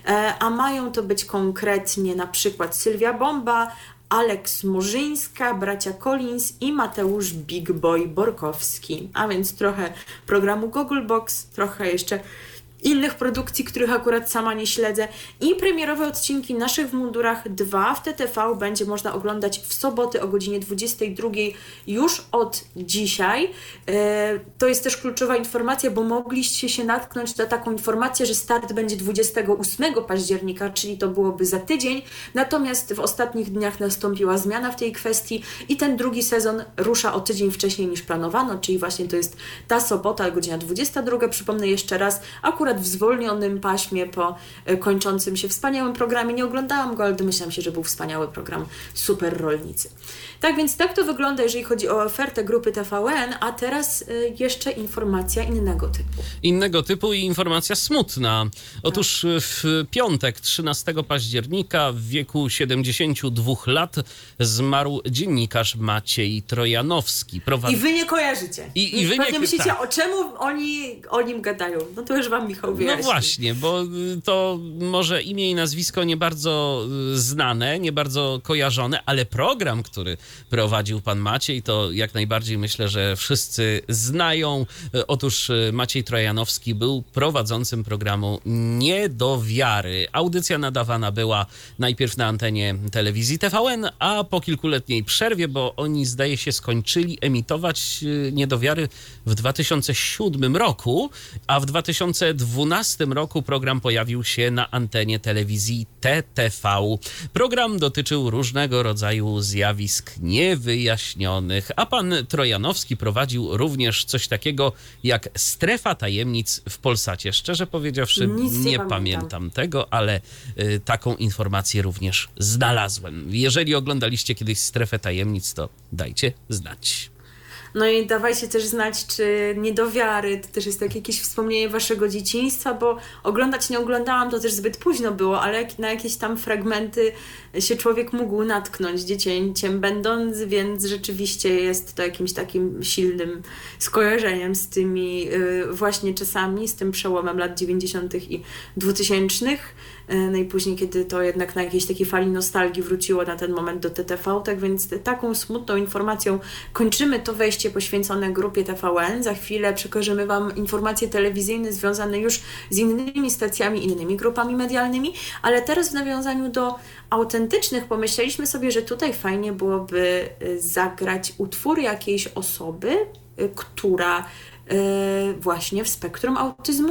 a mają to być konkretnie na przykład Sylwia Bomba, Alex Murzyńska, bracia Collins i Mateusz Big Boy Borkowski. A więc trochę programu Gogglebox, trochę jeszcze innych produkcji, których akurat sama nie śledzę, i premierowe odcinki Naszych w mundurach dwa w T T V będzie można oglądać w soboty o godzinie dwudziestej drugiej już od dzisiaj. E, to jest też kluczowa informacja, bo mogliście się natknąć na taką informację, że start będzie dwudziestego ósmego października, czyli to byłoby za tydzień, natomiast w ostatnich dniach nastąpiła zmiana w tej kwestii i ten drugi sezon rusza o tydzień wcześniej niż planowano, czyli właśnie to jest ta sobota, godzina dwudziesta druga, przypomnę jeszcze raz, akurat w zwolnionym paśmie po kończącym się wspaniałym programie. Nie oglądałam go, ale domyślam się, że był wspaniały program Super Rolnicy. Tak więc tak to wygląda, jeżeli chodzi o ofertę grupy T V N, a teraz y, jeszcze informacja innego typu. Innego typu i informacja smutna. Otóż w piątek, trzynastego października, w wieku siedemdziesięciu dwóch lat zmarł dziennikarz Maciej Trojanowski. Prowad... I wy nie kojarzycie. I, i wy Pewnie nie... myślicie, tak. o czemu oni o nim gadają. No to już wam Michał wyjaśni. No właśnie, bo to może imię i nazwisko nie bardzo znane, nie bardzo kojarzone, ale program, który prowadził pan Maciej, to jak najbardziej myślę, że wszyscy znają. Otóż Maciej Trojanowski był prowadzącym programu Nie do wiary. Audycja nadawana była najpierw na antenie telewizji T V N, a po kilkuletniej przerwie, bo oni zdaje się skończyli emitować Nie do wiary w dwa tysiące siódmym roku, a w dwa tysiące dwunastym roku program pojawił się na antenie telewizji T T V. Program dotyczył różnego rodzaju zjawisk niewyjaśnionych, a pan Trojanowski prowadził również coś takiego jak Strefa Tajemnic w Polsacie. Szczerze powiedziawszy, Nic nie nie pamiętam. pamiętam tego, ale y, taką informację również znalazłem. Jeżeli oglądaliście kiedyś Strefę Tajemnic, to dajcie znać. No i dawajcie też znać, czy Nie do wiary to też jest tak jakieś wspomnienie waszego dzieciństwa, bo oglądać nie oglądałam, to też zbyt późno było, ale jak, na jakieś tam fragmenty się człowiek mógł natknąć dziecięciem będąc, więc rzeczywiście jest to jakimś takim silnym skojarzeniem z tymi y, właśnie czasami, z tym przełomem lat dziewięćdziesiątych i dwutysięcznych. No i później, kiedy to jednak na jakiejś takiej fali nostalgii wróciło na ten moment do T T V, tak więc taką smutną informacją kończymy to wejście poświęcone grupie T V N. Za chwilę przekażemy wam informacje telewizyjne związane już z innymi stacjami, innymi grupami medialnymi, ale teraz w nawiązaniu do autentycznych pomyśleliśmy sobie, że tutaj fajnie byłoby zagrać utwór jakiejś osoby, która właśnie w spektrum autyzmu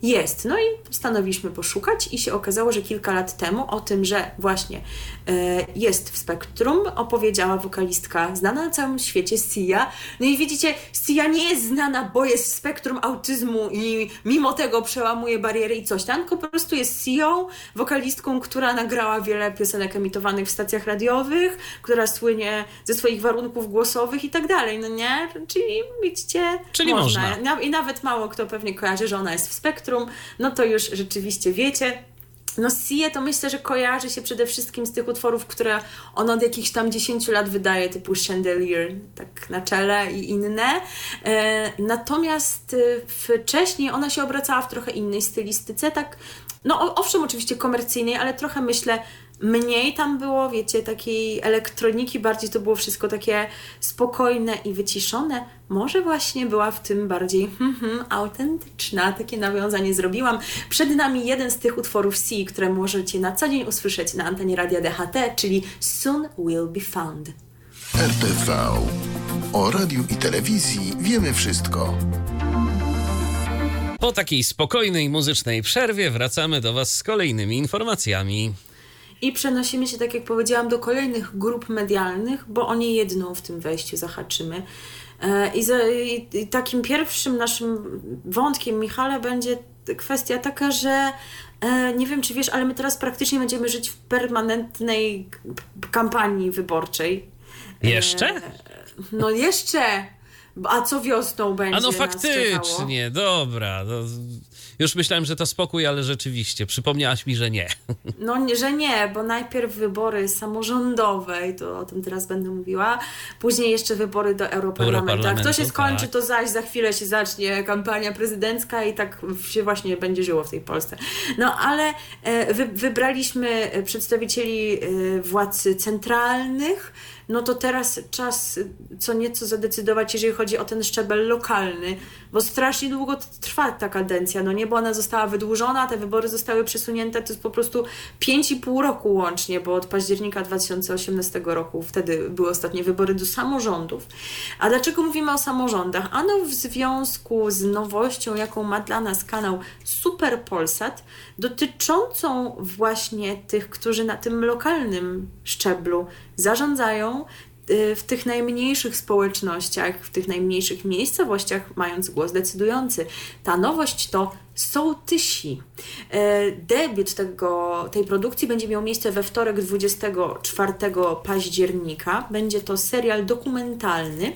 Jest. No i postanowiliśmy poszukać i się okazało, że kilka lat temu o tym, że właśnie e, jest w Spektrum, opowiedziała wokalistka znana na całym świecie, Sia. No i widzicie, Sia nie jest znana, bo jest w Spektrum autyzmu i mimo tego przełamuje bariery i coś tam, tylko po prostu jest Sią, wokalistką, która nagrała wiele piosenek emitowanych w stacjach radiowych, która słynie ze swoich warunków głosowych i tak dalej, no nie? Czyli widzicie, Czyli można. można. I nawet mało kto pewnie kojarzy, że ona jest w Spektrum, no to już rzeczywiście wiecie. No Się to myślę, że kojarzy się przede wszystkim z tych utworów, które on od jakichś tam dziesięciu lat wydaje, typu Chandelier, tak na czele i inne. E, natomiast wcześniej ona się obracała w trochę innej stylistyce, tak, no owszem oczywiście komercyjnej, ale trochę myślę mniej tam było, wiecie, takiej elektroniki, bardziej to było wszystko takie spokojne i wyciszone. Może właśnie była w tym bardziej hmm, hmm, autentyczna. Takie nawiązanie zrobiłam. Przed nami jeden z tych utworów Sii, które możecie na co dzień usłyszeć na antenie Radia D H T, czyli Soon Will Be Found. R T V. O radiu i telewizji wiemy wszystko. Po takiej spokojnej muzycznej przerwie wracamy do Was z kolejnymi informacjami. I przenosimy się, tak jak powiedziałam, do kolejnych grup medialnych, bo o nie jedną w tym wejściu zahaczymy. I, za, i, i takim pierwszym naszym wątkiem, Michale, będzie kwestia taka, że e, nie wiem, czy wiesz, ale my teraz praktycznie będziemy żyć w permanentnej kampanii wyborczej. Jeszcze? E, no jeszcze! A co wiosną będzie? A no nas faktycznie, dobra. No, już myślałem, że to spokój, ale rzeczywiście, przypomniałaś mi, że nie. No, nie, że nie, bo najpierw wybory samorządowe, i to o tym teraz będę mówiła, później jeszcze wybory do Europarlamentu. Europarlamentu, Jak to się skończy, tak. to zaś za chwilę się zacznie kampania prezydencka i tak się właśnie będzie żyło w tej Polsce. No, ale wy, wybraliśmy przedstawicieli władz centralnych, no to teraz czas co nieco zadecydować, jeżeli chodzi o ten szczebel lokalny, bo strasznie długo trwa ta kadencja, no nie, bo ona została wydłużona, te wybory zostały przesunięte, to jest po prostu pięć i pół roku łącznie, bo od października dwa tysiące osiemnastego roku, wtedy były ostatnie wybory do samorządów. A dlaczego mówimy o samorządach? Ano w związku z nowością, jaką ma dla nas kanał Super Polsat, dotyczącą właśnie tych, którzy na tym lokalnym szczeblu zarządzają, w tych najmniejszych społecznościach, w tych najmniejszych miejscowościach, mając głos decydujący. Ta nowość to Sołtysi. Debiut tego, tej produkcji będzie miał miejsce we wtorek dwudziestego czwartego października. Będzie to serial dokumentalny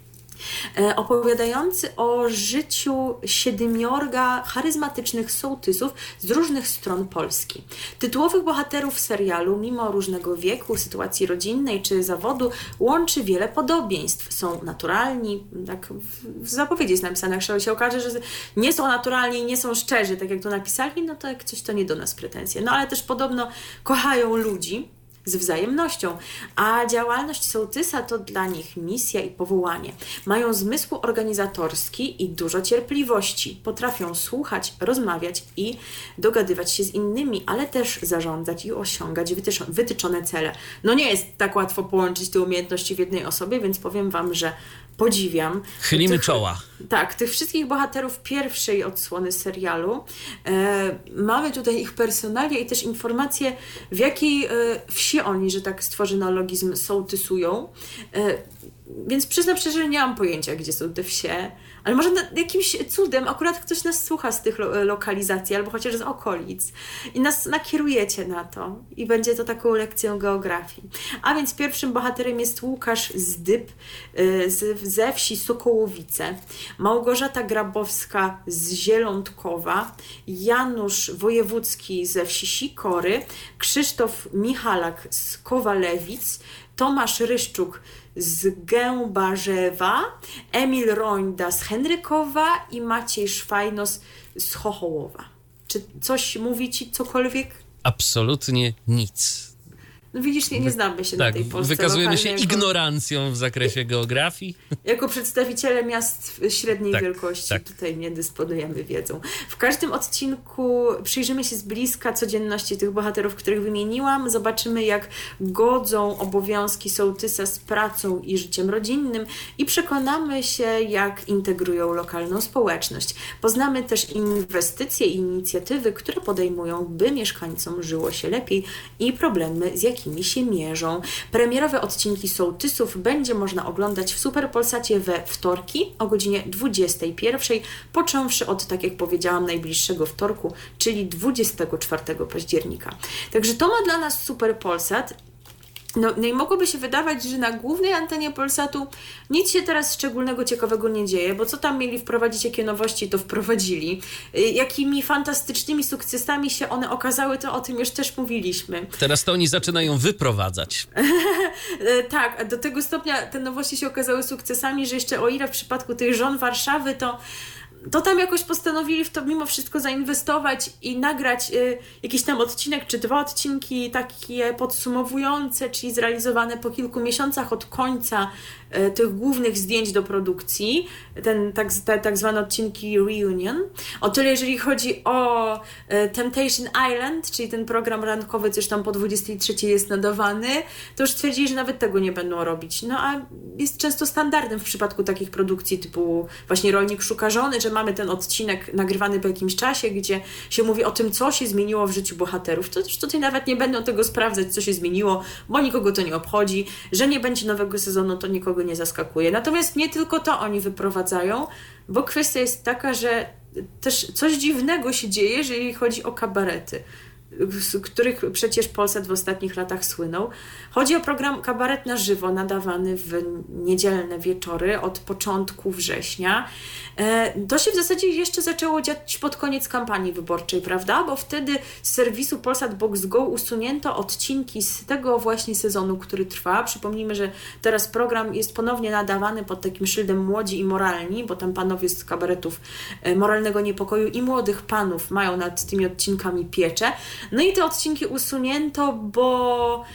opowiadający o życiu siedmiorga charyzmatycznych sołtysów z różnych stron Polski. Tytułowych bohaterów serialu, mimo różnego wieku, sytuacji rodzinnej czy zawodu, łączy wiele podobieństw. Są naturalni, tak w zapowiedzi jest napisane, jak się okaże, że nie są naturalni i nie są szczerzy, tak jak to napisali, no to jak coś, to nie do nas pretensje. No ale też podobno kochają ludzi z wzajemnością, a działalność sołtysa to dla nich misja i powołanie. Mają zmysł organizatorski i dużo cierpliwości. Potrafią słuchać, rozmawiać i dogadywać się z innymi, ale też zarządzać i osiągać wytyczone, wytyczone cele. No nie jest tak łatwo połączyć te umiejętności w jednej osobie, więc powiem Wam, że podziwiam. Chylimy tych, czoła. Tak, tych wszystkich bohaterów pierwszej odsłony serialu. E, mamy tutaj ich personalia i też informacje, w jakiej e, wsi oni, że tak stworzy neologizm, sołtysują. E, więc przyznam szczerze, że nie mam pojęcia, gdzie są te wsie, ale może na, jakimś cudem akurat ktoś nas słucha z tych lo, lokalizacji, albo chociaż z okolic i nas nakierujecie na to i będzie to taką lekcją geografii. A więc pierwszym bohaterem jest Łukasz Zdyb y, z, ze wsi Sokołowice, Małgorzata Grabowska z Zielątkowa, Janusz Wojewódzki ze wsi Sikory, Krzysztof Michalak z Kowalewic, Tomasz Ryszczuk z Gębarzewa, Emil Rońda z Henrykowa i Maciej Szwajnos z Chochołowa. Czy coś mówi Ci cokolwiek? Absolutnie nic. No widzisz, nie, nie znamy się tak, na tej Polsce wykazujemy się jako, ignorancją w zakresie geografii. Jako przedstawiciele miast średniej tak, wielkości tak. tutaj nie dysponujemy wiedzą. W każdym odcinku przyjrzymy się z bliska codzienności tych bohaterów, których wymieniłam. Zobaczymy, jak godzą obowiązki sołtysa z pracą i życiem rodzinnym i przekonamy się, jak integrują lokalną społeczność. Poznamy też inwestycje i inicjatywy, które podejmują, by mieszkańcom żyło się lepiej i problemy, z jakimi się mierzą. Premierowe odcinki Sołtysów będzie można oglądać w Superpolsacie we wtorki o godzinie dwudziestej pierwszej, począwszy od, tak jak powiedziałam, najbliższego wtorku, czyli dwudziestego czwartego października. Także to ma dla nas Superpolsat. No, no i mogłoby się wydawać, że na głównej antenie Polsatu nic się teraz szczególnego ciekawego nie dzieje, bo co tam mieli wprowadzić, jakie nowości to wprowadzili. Jakimi fantastycznymi sukcesami się one okazały, to o tym już też mówiliśmy. Teraz to oni zaczynają wyprowadzać. Tak, do tego stopnia te nowości się okazały sukcesami, że jeszcze o ile w przypadku tych żon Warszawy, to to tam jakoś postanowili w to mimo wszystko zainwestować i nagrać y, jakiś tam odcinek czy dwa odcinki takie podsumowujące, czyli zrealizowane po kilku miesiącach od końca y, tych głównych zdjęć do produkcji, ten tak, te tak zwane odcinki reunion. O tyle jeżeli chodzi o y, Temptation Island, czyli ten program rankowy, coś tam po dwudziestej trzeciej jest nadawany, to już stwierdzili, że nawet tego nie będą robić. No a jest często standardem w przypadku takich produkcji typu właśnie Rolnik szuka żony, że mamy ten odcinek nagrywany po jakimś czasie, gdzie się mówi o tym, co się zmieniło w życiu bohaterów. To też tutaj nawet nie będą tego sprawdzać, co się zmieniło, bo nikogo to nie obchodzi. Że nie będzie nowego sezonu, to nikogo nie zaskakuje. Natomiast nie tylko to oni wyprowadzają, bo kwestia jest taka, że też coś dziwnego się dzieje, jeżeli chodzi o kabarety, z których przecież Polsat w ostatnich latach słynął. Chodzi o program Kabaret na żywo, nadawany w niedzielne wieczory od początku września. To się w zasadzie jeszcze zaczęło dziać pod koniec kampanii wyborczej, prawda? Bo wtedy z serwisu Polsat Box Go usunięto odcinki z tego właśnie sezonu, który trwa. Przypomnijmy, że teraz program jest ponownie nadawany pod takim szyldem Młodzi i Moralni, bo tam panowie z kabaretów Moralnego Niepokoju i Młodych Panów mają nad tymi odcinkami pieczę. No i te odcinki usunięto, bo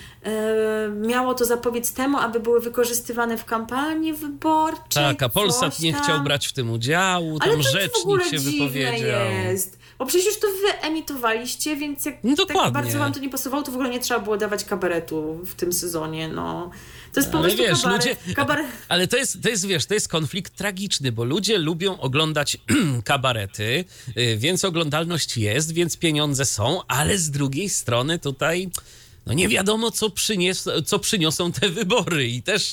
e, miało to zapobiec temu, aby były wykorzystywane w kampanii wyborczej. Tak, a Polsat nie chciał brać w tym udziału, tam ale to rzecznik w ogóle się dziwne wypowiedział. Jest. Bo przecież już to wy emitowaliście, więc jak No tak bardzo wam to nie pasowało, to w ogóle nie trzeba było dawać kabaretu w tym sezonie, no. To jest po Ale prostu wiesz, kabaret. ludzie, kabaret. ale to jest, to jest, wiesz, to jest konflikt tragiczny, bo ludzie lubią oglądać kabarety, więc oglądalność jest, więc pieniądze są, ale z drugiej strony tutaj no nie wiadomo, co, przynies, co przyniosą te wybory i też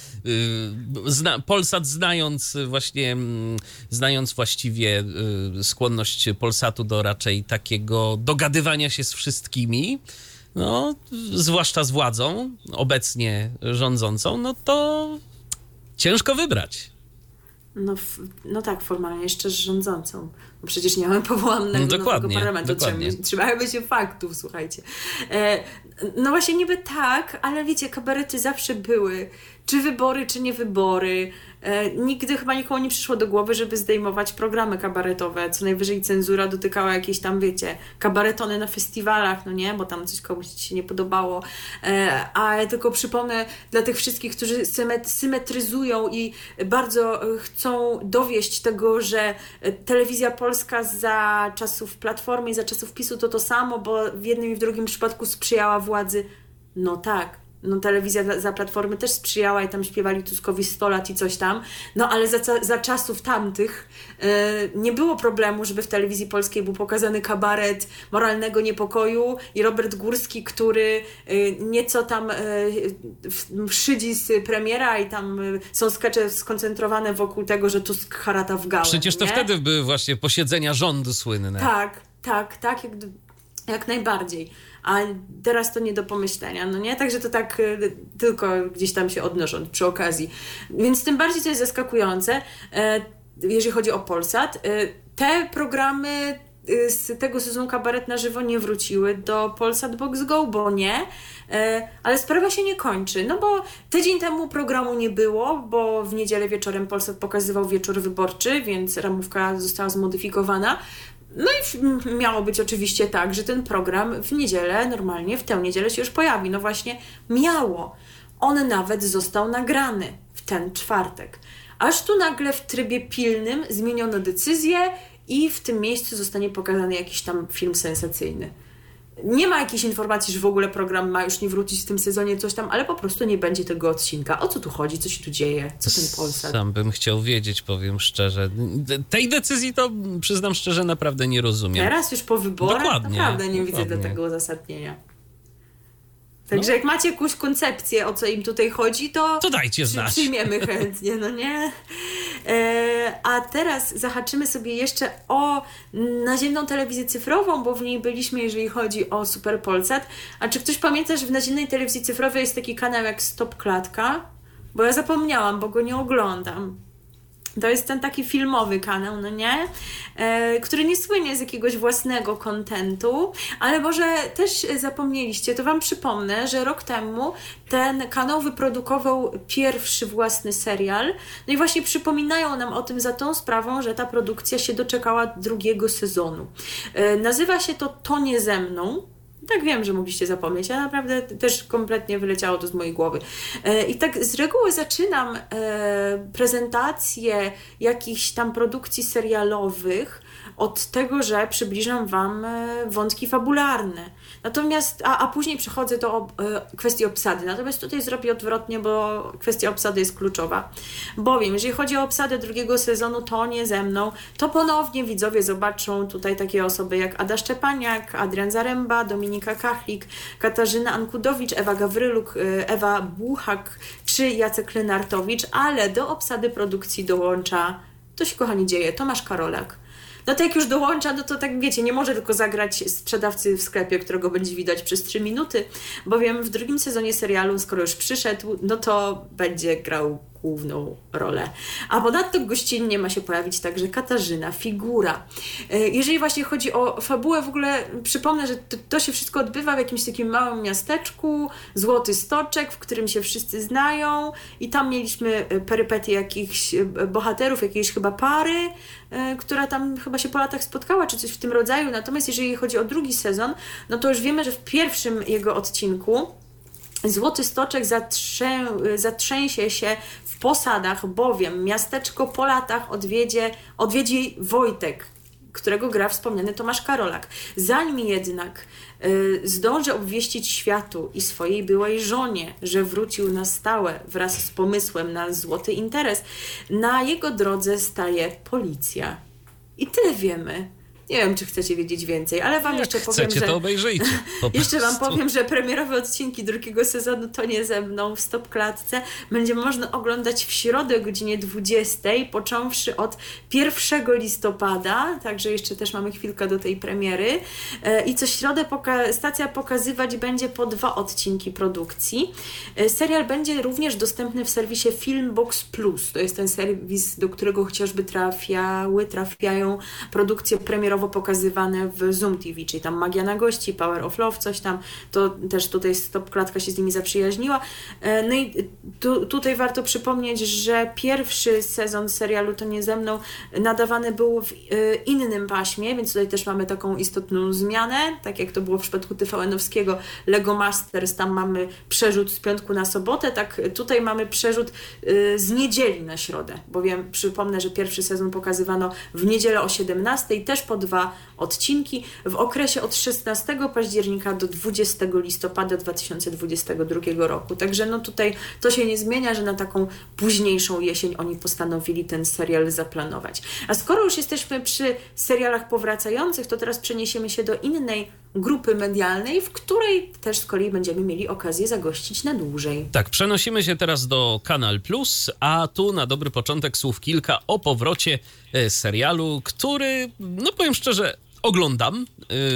yy, zna, Polsat znając właśnie, znając właściwie yy, skłonność Polsatu do raczej takiego dogadywania się z wszystkimi, no, zwłaszcza z władzą obecnie rządzącą, no to ciężko wybrać. No, f- no tak, formalnie jeszcze z rządzącą. Bo przecież nie mamy powołanego No nowego parlamentu. dokładnie. Trzeba by się faktów, słuchajcie. E, no właśnie niby tak, ale wiecie, kabarety zawsze były. Czy wybory, czy nie wybory. E, nigdy chyba nikomu nie przyszło do głowy, żeby zdejmować programy kabaretowe. Co najwyżej cenzura dotykała jakieś tam, wiecie, kabaretony na festiwalach, no nie? Bo tam coś komuś się nie podobało. E, a ja tylko przypomnę dla tych wszystkich, którzy symet- symetryzują i bardzo chcą dowieść tego, że telewizja polska za czasów Platformy i za czasów PiSu to to samo, bo w jednym i w drugim przypadku sprzyjała władzy. No tak. No telewizja za, za Platformy też sprzyjała i tam śpiewali Tuskowi sto lat i coś tam. No ale za, za czasów tamtych yy, nie było problemu, żeby w telewizji polskiej był pokazany kabaret Moralnego Niepokoju i Robert Górski, który yy, nieco tam yy, szydzi z premiera i tam yy, są skecze skoncentrowane wokół tego, że Tusk harata w gałę. Przecież to nie? wtedy były właśnie posiedzenia rządu słynne. Tak, tak, tak, jak, jak najbardziej. A teraz to nie do pomyślenia, no nie? Także to tak y, tylko gdzieś tam się odnosząc przy okazji. Więc tym bardziej to jest zaskakujące, y, jeżeli chodzi o Polsat. Y, te programy y, z tego sezonu Kabaret na żywo nie wróciły do Polsat Box Go, bo nie. Y, ale sprawa się nie kończy, no bo tydzień temu programu nie było, bo w niedzielę wieczorem Polsat pokazywał wieczór wyborczy, więc ramówka została zmodyfikowana. No i miało być oczywiście tak, że ten program w niedzielę, normalnie w tę niedzielę się już pojawi. No właśnie miało. On nawet został nagrany w ten czwartek. Aż tu nagle w trybie pilnym zmieniono decyzję i w tym miejscu zostanie pokazany jakiś tam film sensacyjny. Nie ma jakiejś informacji, że w ogóle program ma już nie wrócić w tym sezonie, coś tam, ale po prostu nie będzie tego odcinka. O co tu chodzi? Co się tu dzieje? Co ten Polsat? Sam bym chciał wiedzieć, powiem szczerze. Tej decyzji to, przyznam szczerze, naprawdę nie rozumiem. Teraz już po wyborach Dokładnie, naprawdę nie dokładnie. widzę do tego uzasadnienia. Także No. jak macie jakąś koncepcję, o co im tutaj chodzi, to, To dajcie przy, znać. przyjmiemy chętnie, no nie? E, a teraz zahaczymy sobie jeszcze o naziemną telewizję cyfrową, bo w niej byliśmy, jeżeli chodzi o Super Polsat. A czy ktoś pamięta, że w naziemnej telewizji cyfrowej jest taki kanał jak Stop Klatka? Bo ja zapomniałam, bo go nie oglądam. To jest ten taki filmowy kanał, no nie? E, który nie słynie z jakiegoś własnego kontentu, ale może też zapomnieliście, to wam przypomnę, że rok temu ten kanał wyprodukował pierwszy własny serial. No i właśnie przypominają nam o tym za tą sprawą, że ta produkcja się doczekała drugiego sezonu. E, nazywa się to To nie ze mną. Tak, wiem, że mogliście zapomnieć, a naprawdę też kompletnie wyleciało to z mojej głowy. I tak z reguły zaczynam prezentację jakichś tam produkcji serialowych od tego, że przybliżam wam wątki fabularne. Natomiast, a, a później przechodzę do ob, kwestii obsady. Natomiast tutaj zrobię odwrotnie, bo kwestia obsady jest kluczowa. Bowiem, jeżeli chodzi o obsadę drugiego sezonu, To nie ze mną, to ponownie widzowie zobaczą tutaj takie osoby jak Ada Szczepaniak, Adrian Zaręba, Dominika Kachlik, Katarzyna Ankudowicz, Ewa Gawryluk, Ewa Buchak czy Jacek Lenartowicz, ale do obsady produkcji dołącza, to się kochani dzieje, Tomasz Karolak. No to jak już dołącza, no to tak wiecie, nie może tylko zagrać sprzedawcy w sklepie, którego będzie widać przez trzy minuty, bowiem w drugim sezonie serialu, skoro już przyszedł, no to będzie grał główną rolę. A ponadto gościnnie ma się pojawić także Katarzyna Figura. Jeżeli właśnie chodzi o fabułę, w ogóle przypomnę, że to, to się wszystko odbywa w jakimś takim małym miasteczku, Złoty Stoczek, w którym się wszyscy znają i tam mieliśmy perypetie jakichś bohaterów, jakiejś chyba pary, która tam chyba się po latach spotkała, czy coś w tym rodzaju. Natomiast jeżeli chodzi o drugi sezon, no to już wiemy, że w pierwszym jego odcinku Złoty Stoczek zatrzę, zatrzęsie się w posadach, bowiem miasteczko po latach odwiedzie, odwiedzi Wojtek, którego gra wspomniany Tomasz Karolak. Zanim jednak y, zdąży obwieścić światu i swojej byłej żonie, że wrócił na stałe wraz z pomysłem na złoty interes, na jego drodze staje policja. I tyle wiemy. Nie wiem, czy chcecie wiedzieć więcej, ale wam Jak jeszcze chcecie, powiem, że... to obejrzyjcie. Jeszcze wam prostu. powiem, że premierowe odcinki drugiego sezonu To nie ze mną w Stop Klatce będzie można oglądać w środę o godzinie dwudziestej, począwszy od pierwszego listopada, także jeszcze też mamy chwilkę do tej premiery. I co środę poka- stacja pokazywać będzie po dwa odcinki produkcji. Serial będzie również dostępny w serwisie Filmbox Plus. To jest ten serwis, do którego chociażby trafiały, trafiają produkcje premierowe pokazywane w Zoom T V, czyli tam Magia na gości, Power of Love, coś tam, to też tutaj Stop Klatka się z nimi zaprzyjaźniła. No i tu, tutaj warto przypomnieć, że pierwszy sezon serialu To nie ze mną nadawany był w innym paśmie, więc tutaj też mamy taką istotną zmianę, tak jak to było w przypadku T V N-owskiego Lego Masters, tam mamy przerzut z piątku na sobotę, tak tutaj mamy przerzut z niedzieli na środę, bowiem przypomnę, że pierwszy sezon pokazywano w niedzielę o siedemnastej, też po dwa odcinki w okresie od szesnastego października do dwudziestego listopada dwa tysiące dwudziestego drugiego roku. Także no tutaj to się nie zmienia, że na taką późniejszą jesień oni postanowili ten serial zaplanować. A skoro już jesteśmy przy serialach powracających, to teraz przeniesiemy się do innej grupy medialnej, w której też z kolei będziemy mieli okazję zagościć na dłużej. Tak, przenosimy się teraz do Kanal Plus, a tu na dobry początek słów kilka o powrocie serialu, który, no powiem szczerze, oglądam,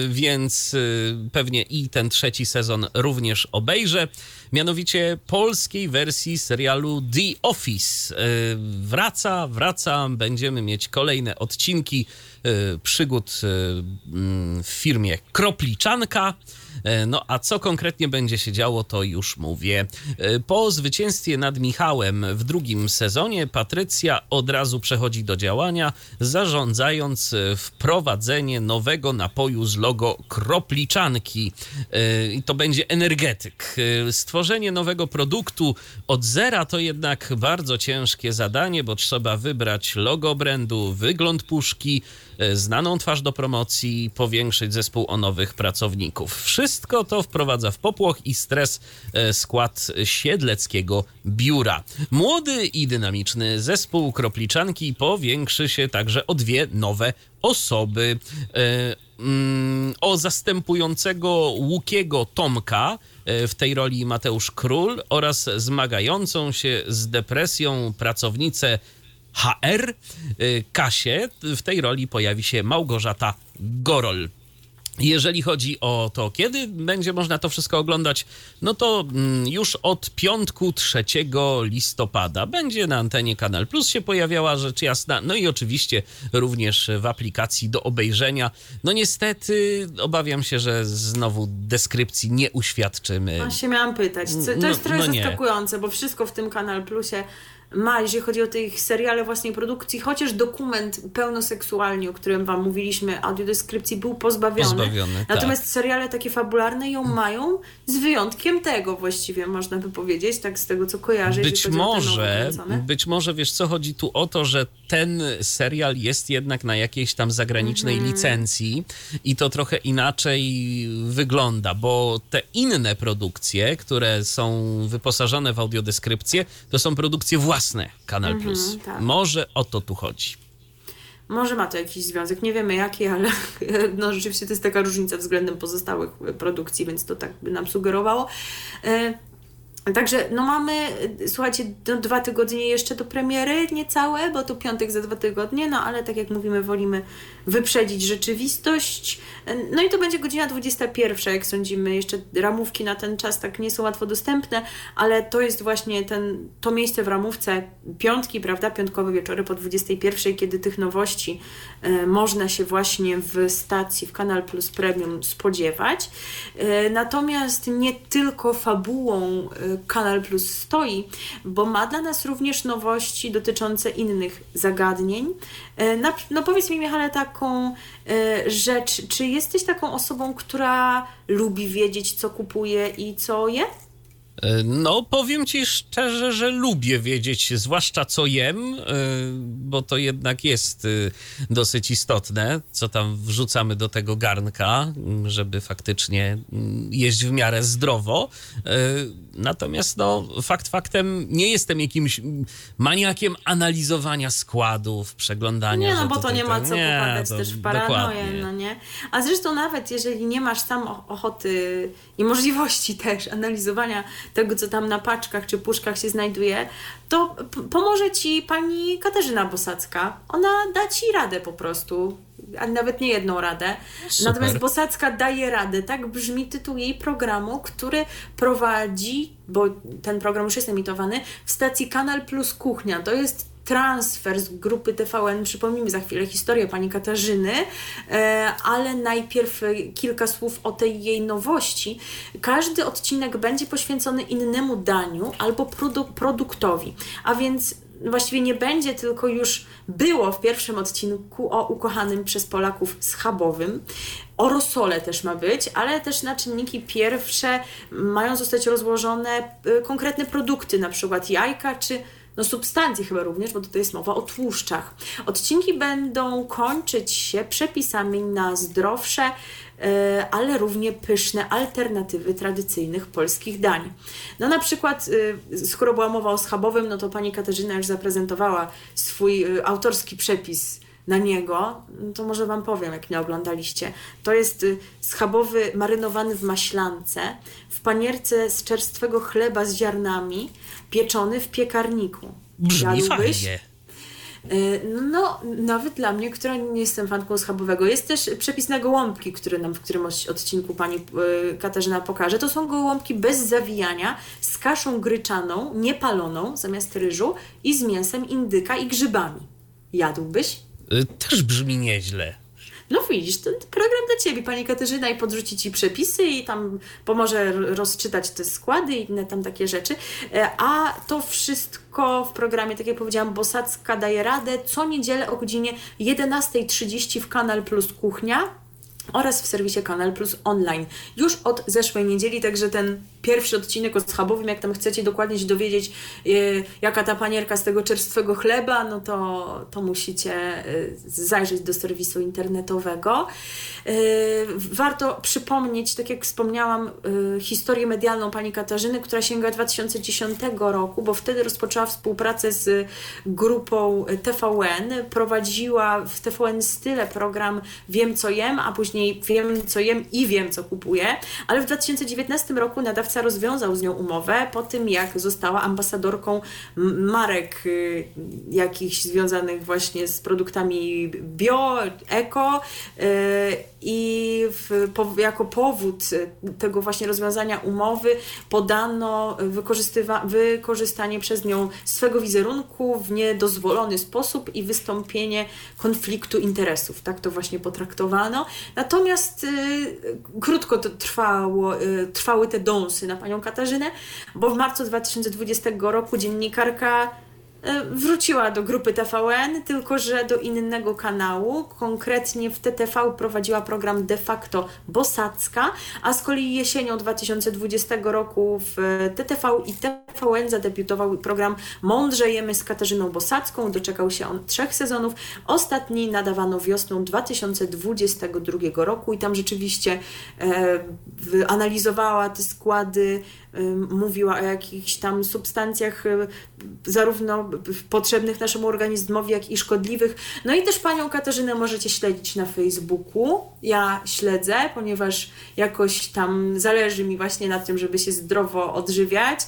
więc pewnie i ten trzeci sezon również obejrzę. Mianowicie polskiej wersji serialu The Office. Wraca, wraca, będziemy mieć kolejne odcinki przygód w firmie Kropliczanka. No a co konkretnie będzie się działo, to już mówię. Po zwycięstwie nad Michałem w drugim sezonie Patrycja od razu przechodzi do działania, zarządzając wprowadzenie nowego napoju z logo Kropliczanki. I to będzie energetyk. Stworzenie nowego produktu od zera to jednak bardzo ciężkie zadanie, bo trzeba wybrać logo brandu, wygląd puszki, znaną twarz do promocji, powiększyć zespół o nowych pracowników. Wszystko to wprowadza w popłoch i stres skład siedleckiego biura. Młody i dynamiczny zespół Kropliczanki powiększy się także o dwie nowe osoby. O zastępującego Łukiego Tomka, w tej roli Mateusz Król, oraz zmagającą się z depresją pracownicę H R Kasię. W tej roli pojawi się Małgorzata Gorol. Jeżeli chodzi o to, kiedy będzie można to wszystko oglądać, no to już od piątku trzeciego listopada będzie na antenie Kanal Plus się pojawiała, rzecz jasna, no i oczywiście również w aplikacji do obejrzenia. No niestety obawiam się, że znowu deskrypcji nie uświadczymy. Właśnie miałam pytać, co, to No- jest trochę no nie. zaskakujące, bo wszystko w tym Kanal Plusie ma, jeżeli chodzi o tych seriale własnej produkcji, chociaż dokument pełnoseksualnie, o którym wam mówiliśmy, audiodeskrypcji był pozbawiony. Pozbawiony, Natomiast tak. seriale takie fabularne ją mają, z wyjątkiem tego właściwie, można by powiedzieć, tak z tego co kojarzę. Być jeżeli chodzi o te nowo może, kręcone. być może, wiesz co, chodzi tu o to, że ten serial jest jednak na jakiejś tam zagranicznej Mhm. licencji i to trochę inaczej wygląda, bo te inne produkcje, które są wyposażone w audiodeskrypcję, to są produkcje własne Kanal Plus. tak. Może o to tu chodzi. Może ma to jakiś związek, nie wiemy jaki, ale no rzeczywiście to jest taka różnica względem pozostałych produkcji, więc to tak by nam sugerowało. E, Także no mamy, słuchajcie, no, dwa tygodnie jeszcze do premiery, niecałe, bo to piątek za dwa tygodnie, no ale tak jak mówimy, wolimy wyprzedzić rzeczywistość. No i to będzie godzina dwudziesta pierwsza, jak sądzimy. Jeszcze ramówki na ten czas tak nie są łatwo dostępne, ale to jest właśnie ten, to miejsce w ramówce piątki, prawda, piątkowe wieczory po dwudziestej pierwszej, kiedy tych nowości e, można się właśnie w stacji, w Kanal Plus Premium spodziewać. E, natomiast nie tylko fabułą e, Kanal Plus stoi, bo ma dla nas również nowości dotyczące innych zagadnień. E, na, no powiedz mi, Michale, taką e, rzecz, czy jesteś taką osobą, która lubi wiedzieć, co kupuje i co je? No, powiem ci szczerze, że lubię wiedzieć, zwłaszcza co jem, bo to jednak jest dosyć istotne, co tam wrzucamy do tego garnka, żeby faktycznie jeść w miarę zdrowo. Natomiast no, fakt faktem, nie jestem jakimś maniakiem analizowania składów, przeglądania. Nie, no że bo to tutaj nie ma co nie, popadać to też w paranoję, dokładnie. no nie? A zresztą nawet jeżeli nie masz sam o- ochoty i możliwości też analizowania tego, co tam na paczkach czy puszkach się znajduje, to p- pomoże Ci pani Katarzyna Bosacka. Ona da Ci radę po prostu, a nawet nie jedną radę. Super. Natomiast Bosacka daje radę, tak brzmi tytuł jej programu, który prowadzi, bo ten program już jest emitowany, w stacji Kanal Plus Kuchnia. To jest transfer z grupy T V N. Przypomnijmy za chwilę historię pani Katarzyny, e, ale najpierw e, kilka słów o tej jej nowości. Każdy odcinek będzie poświęcony innemu daniu albo produ- produktowi, a więc właściwie nie będzie tylko już było w pierwszym odcinku o ukochanym przez Polaków schabowym. O rosole też ma być, ale też na czynniki pierwsze mają zostać rozłożone e, konkretne produkty, na przykład jajka czy no substancje chyba również, bo tutaj jest mowa o tłuszczach. Odcinki będą kończyć się przepisami na zdrowsze, e, ale równie pyszne alternatywy tradycyjnych polskich dań. No na przykład, e, skoro była mowa o schabowym, no to pani Katarzyna już zaprezentowała swój e, autorski przepis na niego, no to może Wam powiem, jak nie oglądaliście. To jest y, schabowy marynowany w maślance, w panierce z czerstwego chleba z ziarnami, pieczony w piekarniku. Brzmi Jadłbyś? fajnie. Y, No, nawet dla mnie, która nie jestem fanką schabowego. Jest też przepis na gołąbki, który nam w którym odcinku pani y, Katarzyna pokaże. To są gołąbki bez zawijania, z kaszą gryczaną, niepaloną zamiast ryżu i z mięsem indyka i grzybami. Jadłbyś? Y, Też brzmi nieźle. No widzisz, ten program dla Ciebie, Pani Katarzyna, i podrzuci Ci przepisy i tam pomoże rozczytać te składy i inne tam takie rzeczy. A to wszystko w programie, tak jak powiedziałam, Bosacka daje radę co niedzielę o godzinie jedenasta trzydzieści w Kanal Plus Kuchnia oraz w serwisie Kanal Plus Online. Już od zeszłej niedzieli, także ten pierwszy odcinek o schabowym, jak tam chcecie dokładnie się dowiedzieć, yy, jaka ta panierka z tego czerstwego chleba, no to, to musicie yy, zajrzeć do serwisu internetowego. Yy, warto przypomnieć, tak jak wspomniałam, yy, historię medialną pani Katarzyny, która sięga dwa tysiące dziesiątego roku, bo wtedy rozpoczęła współpracę z grupą T V N, prowadziła w T V N Style program Wiem co jem, a później Wiem co jem i wiem co kupuję, ale w dwa tysiące dziewiętnastym roku nadawca rozwiązał z nią umowę po tym, jak została ambasadorką marek y, jakichś związanych właśnie z produktami bio, eko y, i w, po, jako powód tego właśnie rozwiązania umowy podano wykorzystywa, wykorzystanie przez nią swego wizerunku w niedozwolony sposób i wystąpienie konfliktu interesów. Tak to właśnie potraktowano. Natomiast y, krótko to trwało, y, trwały te dąsy na panią Katarzynę, bo w marcu dwa tysiące dwudziestego roku dziennikarka wróciła do grupy T V N, tylko że do innego kanału. Konkretnie w T T V prowadziła program de facto Bosacka, a z kolei jesienią dwa tysiące dwudziestego roku w T T V i T V N zadebiutował program Mądrze jemy z Katarzyną Bosacką. Doczekał się on trzech sezonów. Ostatni nadawano wiosną dwa tysiące dwudziestego drugiego roku i tam rzeczywiście e, analizowała te składy, e, mówiła o jakichś tam substancjach e, zarówno potrzebnych naszemu organizmowi, jak i szkodliwych. No i też panią Katarzynę możecie śledzić na Facebooku. Ja śledzę, ponieważ jakoś tam zależy mi właśnie na tym, żeby się zdrowo odżywiać.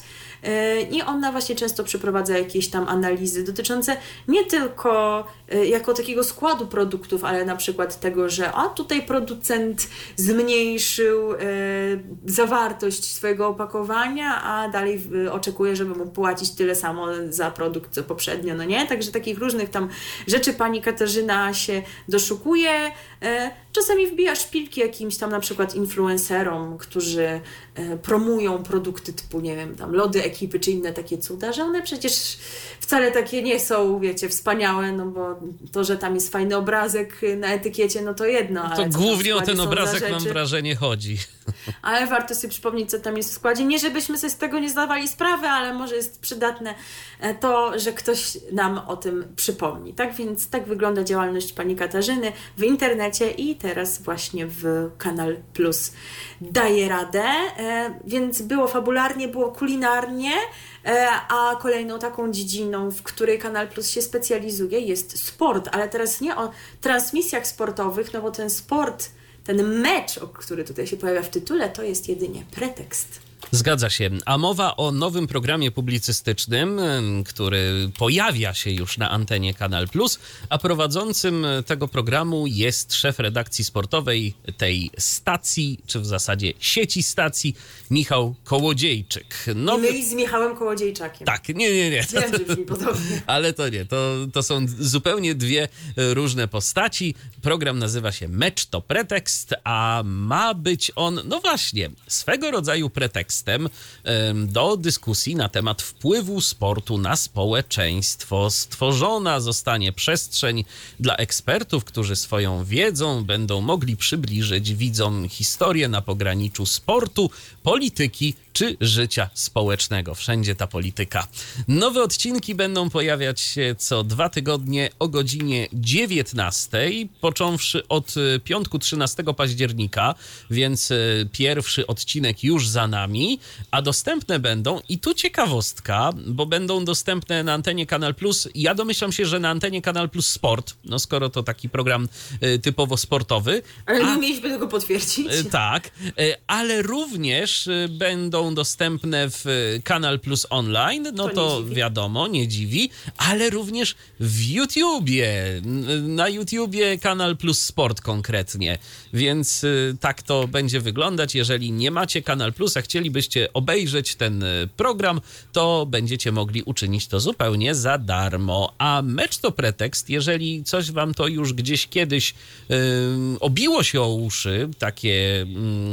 I ona właśnie często przeprowadza jakieś tam analizy dotyczące nie tylko jako takiego składu produktów, ale na przykład tego, że a tutaj producent zmniejszył e, zawartość swojego opakowania, a dalej oczekuje, żeby mu płacić tyle samo za produkt co poprzednio, no nie? Także takich różnych tam rzeczy pani Katarzyna się doszukuje. E, czasami wbija szpilki jakimś tam na przykład influencerom, którzy e, promują produkty typu, nie wiem, tam lody ekipy czy inne takie cuda, że one przecież wcale takie nie są, wiecie, wspaniałe, no bo to, że tam jest fajny obrazek na etykiecie, no to jedno. To ale głównie o ten obrazek, mam wrażenie, chodzi. Ale warto sobie przypomnieć, co tam jest w składzie. Nie, żebyśmy sobie z tego nie zdawali sprawy, ale może jest przydatne to, że ktoś nam o tym przypomni. Tak więc tak wygląda działalność pani Katarzyny w internecie i teraz właśnie w Kanal Plus daje radę. Więc było fabularnie, było kulinarnie, a kolejną taką dziedziną, w której Kanal Plus się specjalizuje, jest sport. Ale teraz nie o transmisjach sportowych, no bo ten sport, ten mecz, który tutaj się pojawia w tytule, to jest jedynie pretekst. Zgadza się. A mowa o nowym programie publicystycznym, który pojawia się już na antenie Kanal Plus, a prowadzącym tego programu jest szef redakcji sportowej tej stacji, czy w zasadzie sieci stacji, Michał Kołodziejczyk. Nowy... I my z Michałem Kołodziejczakiem. Tak, nie, nie, nie. Wiem, że brzmi podobnie. Ale to nie, to, to są zupełnie dwie różne postaci. Program nazywa się Mecz to pretekst, a ma być on, no właśnie, swego rodzaju pretekstem do dyskusji na temat wpływu sportu na społeczeństwo. Stworzona zostanie przestrzeń dla ekspertów, którzy swoją wiedzą będą mogli przybliżyć widzom historię na pograniczu sportu, polityki czy życia społecznego. Wszędzie ta polityka. Nowe odcinki będą pojawiać się co dwa tygodnie o godzinie dziewiętnastej, począwszy od piątku trzynastego października, więc pierwszy odcinek już za nami, a dostępne będą, i tu ciekawostka, bo będą dostępne na antenie Kanal Plus. Ja domyślam się, że na antenie Kanal Plus Sport, no skoro to taki program typowo sportowy. Ale nie umieliśmy tego potwierdzić. Tak, ale również będą dostępne w Kanal Plus Online, no to, to wiadomo, nie dziwi, ale również w YouTubie, na YouTubie Kanal Plus Sport konkretnie, więc tak to będzie wyglądać. Jeżeli nie macie Kanal Plus, a chcielibyście chcielibyście obejrzeć ten program, to będziecie mogli uczynić to zupełnie za darmo. A Mecz to pretekst, jeżeli coś wam to już gdzieś kiedyś yy, obiło się o uszy, takie,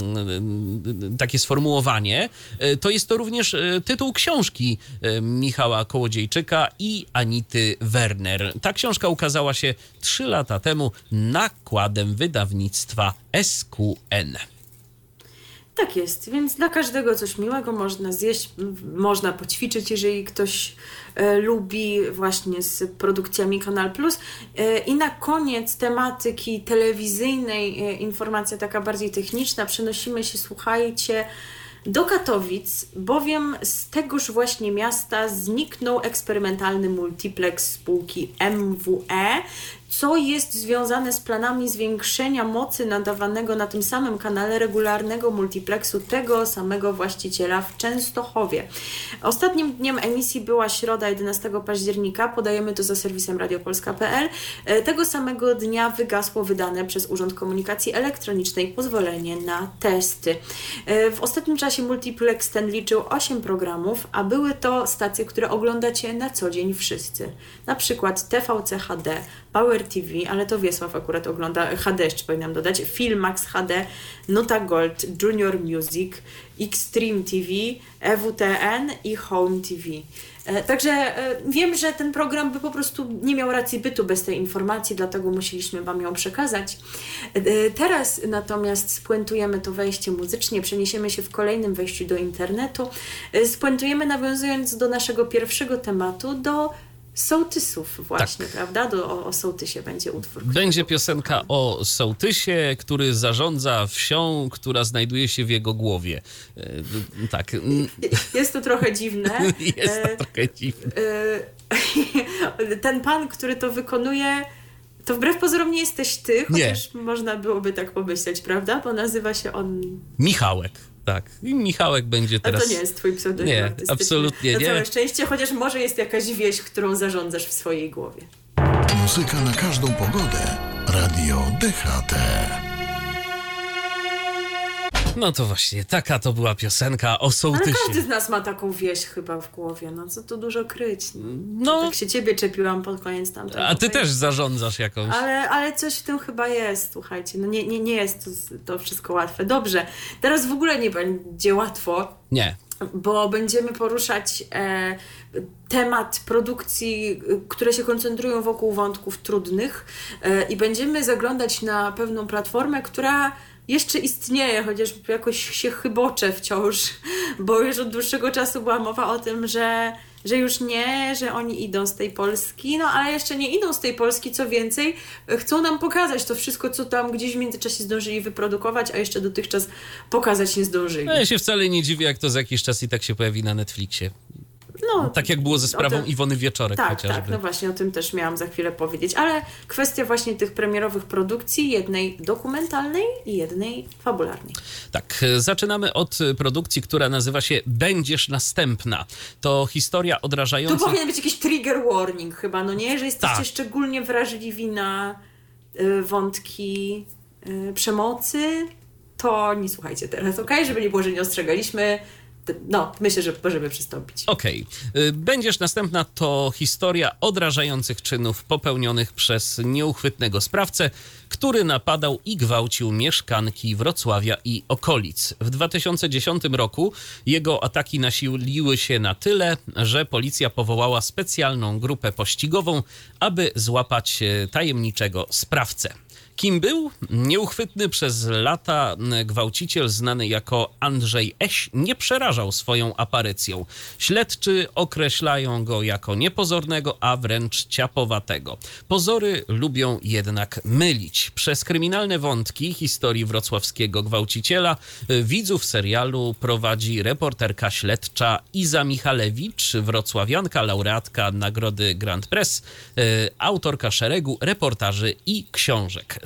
yy, takie sformułowanie, yy, to jest to również yy, tytuł książki yy, Michała Kołodziejczyka i Anity Werner. Ta książka ukazała się trzy lata temu nakładem wydawnictwa S Q N. Tak jest, więc dla każdego coś miłego można zjeść, można poćwiczyć, jeżeli ktoś e, lubi właśnie z produkcjami Kanal Plus. E, I na koniec tematyki telewizyjnej, e, informacja taka bardziej techniczna, przenosimy się, słuchajcie, do Katowic, bowiem z tegoż właśnie miasta zniknął eksperymentalny multiplex spółki M W E, co jest związane z planami zwiększenia mocy nadawanego na tym samym kanale regularnego multiplexu tego samego właściciela w Częstochowie. Ostatnim dniem emisji była środa jedenastego października, podajemy to za serwisem radiopolska kropka p l. Tego samego dnia wygasło wydane przez Urząd Komunikacji Elektronicznej pozwolenie na testy. W ostatnim czasie multiplex ten liczył osiem programów, a były to stacje, które oglądacie na co dzień wszyscy. Na przykład T V C H D, Power T V, ale to Wiesław akurat ogląda, H D jeszcze powinnam dodać, Filmax H D, Nuta Gold, Junior Music, Xtreme T V, E W T N i Home T V. E, także e, wiem, że ten program by po prostu nie miał racji bytu bez tej informacji, dlatego musieliśmy wam ją przekazać. E, teraz natomiast spuentujemy to wejście muzycznie, przeniesiemy się w kolejnym wejściu do internetu. E, spuentujemy nawiązując do naszego pierwszego tematu, do sołtysów właśnie, tak. Prawda? Do, o, o sołtysie będzie utwór. Będzie piosenka o sołtysie, który zarządza wsią, która znajduje się w jego głowie. E, tak. Jest to trochę dziwne. Jest to trochę dziwne. Ten pan, który to wykonuje, to wbrew pozorom nie jesteś ty, chociaż nie. Można byłoby tak pomyśleć, prawda? Bo nazywa się on... Michałek. Tak, i Michałek będzie teraz... A to nie jest twój pseudonim nie, artystyczny. Absolutnie na nie. Na całe szczęście, chociaż może jest jakaś wieś, którą zarządzasz w swojej głowie. Muzyka na każdą pogodę. Radio D H T. No to właśnie, taka to była piosenka o sołtysie. Ale każdy z nas ma taką wieś chyba w głowie, no co tu dużo kryć. No. Tak się ciebie czepiłam pod koniec tamtego. A ty też zarządzasz jakąś. Ale, ale coś w tym chyba jest, słuchajcie, no nie, nie, nie jest to, to wszystko łatwe. Dobrze, teraz w ogóle nie będzie łatwo. Nie. Bo będziemy poruszać e, temat produkcji, które się koncentrują wokół wątków trudnych e, i będziemy zaglądać na pewną platformę, która jeszcze istnieje, chociaż jakoś się chybocze wciąż, bo już od dłuższego czasu była mowa o tym, że, że już nie, że oni idą z tej Polski, no ale jeszcze nie idą z tej Polski, co więcej, chcą nam pokazać to wszystko, co tam gdzieś w międzyczasie zdążyli wyprodukować, a jeszcze dotychczas pokazać nie zdążyli. No, ja się wcale nie dziwię, jak to za jakiś czas i tak się pojawi na Netflixie. No, tak jak było ze sprawą tym, Iwony Wieczorek tak, chociażby. Tak, no właśnie o tym też miałam za chwilę powiedzieć, ale kwestia właśnie tych premierowych produkcji, jednej dokumentalnej i jednej fabularnej. Tak, zaczynamy od produkcji, która nazywa się Będziesz następna. To historia odrażająca... Tu powinien być jakiś trigger warning chyba, no nie? Że jesteście tak. szczególnie wrażliwi na y, wątki y, przemocy, to nie słuchajcie teraz, okej? Okay? Żeby nie było, że nie ostrzegaliśmy. No, myślę, że możemy przystąpić. Okej. Okay. Będziesz następna to historia odrażających czynów popełnionych przez nieuchwytnego sprawcę, który napadał i gwałcił mieszkanki Wrocławia i okolic. W dwa tysiące dziesiątym roku jego ataki nasiliły się na tyle, że policja powołała specjalną grupę pościgową, aby złapać tajemniczego sprawcę. Kim był? Nieuchwytny przez lata gwałciciel znany jako Andrzej Eś nie przerażał swoją aparycją. Śledczy określają go jako niepozornego, a wręcz ciapowatego. Pozory lubią jednak mylić. Przez kryminalne wątki historii wrocławskiego gwałciciela widzów serialu prowadzi reporterka śledcza Iza Michalewicz, wrocławianka, laureatka nagrody Grand Press, autorka szeregu reportaży i książek.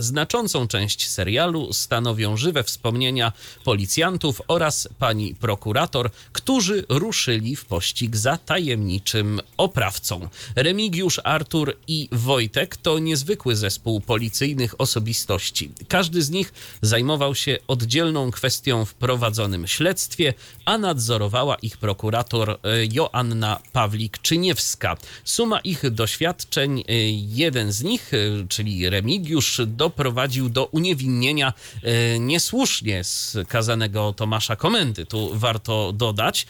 Znaczącą część serialu stanowią żywe wspomnienia policjantów oraz pani prokurator, którzy ruszyli w pościg za tajemniczym oprawcą. Remigiusz, Artur i Wojtek to niezwykły zespół policyjnych osobistości. Każdy z nich zajmował się oddzielną kwestią w prowadzonym śledztwie, a nadzorowała ich prokurator Joanna Pawlik-Czyniewska. Suma ich doświadczeń, jeden z nich, czyli Remigiusz, doprowadził do uniewinnienia niesłusznie skazanego Tomasza Komendy. Tu warto dodać.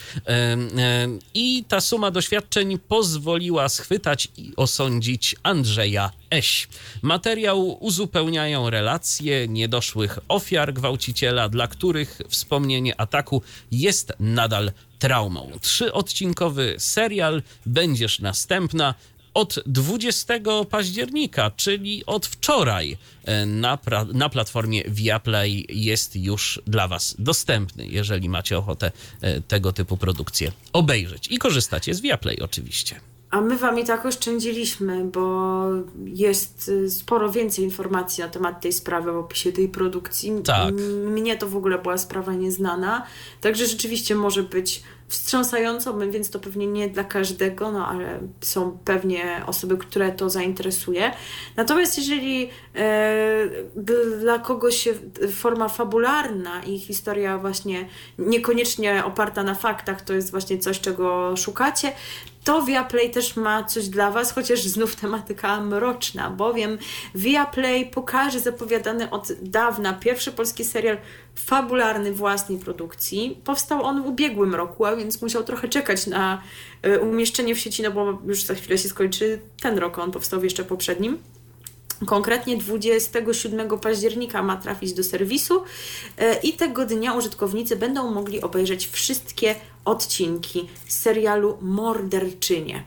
I ta suma doświadczeń pozwoliła schwytać i osądzić Andrzeja Eś. Materiał uzupełniają relacje niedoszłych ofiar gwałciciela, dla których wspomnienie ataku jest nadal traumą. Trzyodcinkowy serial Będziesz następna od dwudziestego października, czyli od wczoraj na, pra- na platformie Viaplay jest już dla Was dostępny, jeżeli macie ochotę tego typu produkcje obejrzeć i korzystacie z Viaplay oczywiście. A my wam i tak oszczędziliśmy, bo jest sporo więcej informacji na temat tej sprawy w opisie tej produkcji. Tak. Mnie to w ogóle była sprawa nieznana, także rzeczywiście może być wstrząsająco, więc to pewnie nie dla każdego, no ale są pewnie osoby, które to zainteresuje. Natomiast jeżeli e, dla kogoś forma fabularna i historia właśnie niekoniecznie oparta na faktach, to jest właśnie coś, czego szukacie, to Viaplay też ma coś dla Was, chociaż znów tematyka mroczna, bowiem Viaplay pokaże zapowiadany od dawna pierwszy polski serial fabularny własnej produkcji. Powstał on w ubiegłym roku, a więc musiał trochę czekać na umieszczenie w sieci, no bo już za chwilę się skończy ten rok, on powstał jeszcze poprzednim. Konkretnie dwudziestego siódmego października ma trafić do serwisu i tego dnia użytkownicy będą mogli obejrzeć wszystkie odcinki serialu Morderczynie.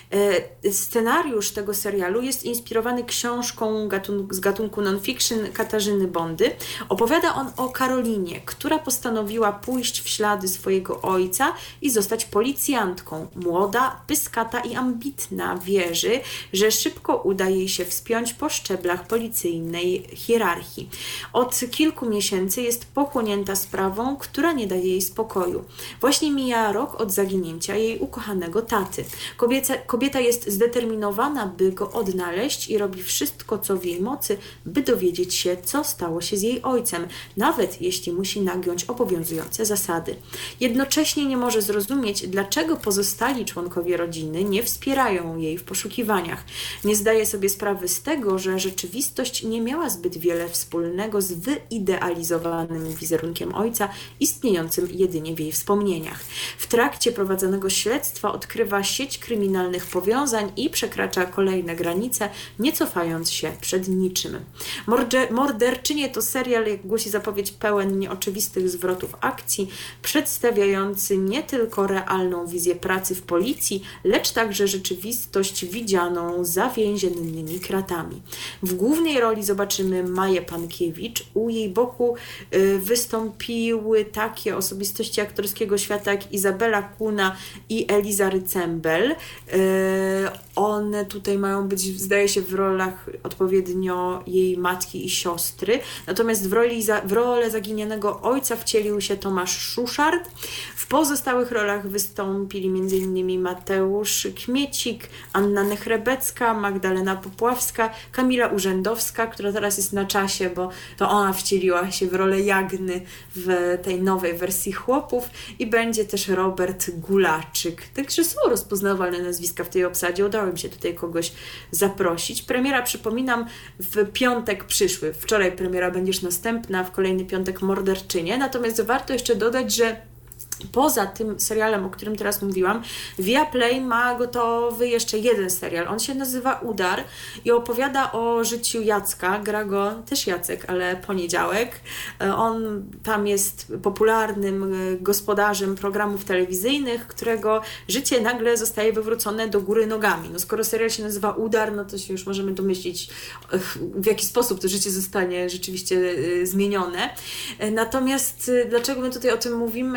Scenariusz tego serialu jest inspirowany książką gatun- z gatunku non-fiction Katarzyny Bondy. Opowiada on o Karolinie, która postanowiła pójść w ślady swojego ojca i zostać policjantką. Młoda, pyskata i ambitna, wierzy, że szybko uda jej się wspiąć po szczeblach policyjnej hierarchii. Od kilku miesięcy jest pochłonięta sprawą, która nie daje jej spokoju. Właśnie mija rok od zaginięcia jej ukochanego taty. Kobieta, kobieta jest zdeterminowana, by go odnaleźć i robi wszystko, co w jej mocy, by dowiedzieć się, co stało się z jej ojcem, nawet jeśli musi nagiąć obowiązujące zasady. Jednocześnie nie może zrozumieć, dlaczego pozostali członkowie rodziny nie wspierają jej w poszukiwaniach. Nie zdaje sobie sprawy z tego, że rzeczywistość nie miała zbyt wiele wspólnego z wyidealizowanym wizerunkiem ojca, istniejącym jedynie w jej wspomnieniach. W trakcie prowadzonego śledztwa odkrywa sieć kryminalnych powiązań i przekracza kolejne granice, nie cofając się przed niczym. Morde- Morderczynie to serial, jak głosi zapowiedź, pełen nieoczywistych zwrotów akcji, przedstawiający nie tylko realną wizję pracy w policji, lecz także rzeczywistość widzianą za więziennymi kratami. W głównej roli zobaczymy Maję Pankiewicz. U jej boku y, wystąpiły takie osobistości aktorskiego świata jak Izabela Kuna i Eliza Rycembel. Y, one tutaj mają być, zdaje się, w rolach odpowiednio jej matki i siostry. Natomiast w, roli za, w rolę zaginionego ojca wcielił się Tomasz Szuszard. W pozostałych rolach wystąpili m.in. Mateusz Kmiecik, Anna Nechrebecka, Magdalena Popławska, Kamila Urzędowska, która teraz jest na czasie, bo to ona wcieliła się w rolę Jagny w tej nowej wersji Chłopów, i będzie też Robert Gulaczyk. Także są rozpoznawalne nazwiska w tej obsadzie. Udało mi się tutaj kogoś zaprosić. Premiera, przypominam, w piątek przyszły. Wczoraj premiera Będziesz następna, w kolejny piątek Morderczynie. Natomiast warto jeszcze dodać, że poza tym serialem, o którym teraz mówiłam, Viaplay ma gotowy jeszcze jeden serial. On się nazywa Udar i opowiada o życiu Jacka. Gra go też Jacek, ale Poniedziałek. On tam jest popularnym gospodarzem programów telewizyjnych, którego życie nagle zostaje wywrócone do góry nogami. No skoro serial się nazywa Udar, no to się już możemy domyślić, w jaki sposób to życie zostanie rzeczywiście zmienione. Natomiast dlaczego my tutaj o tym mówimy?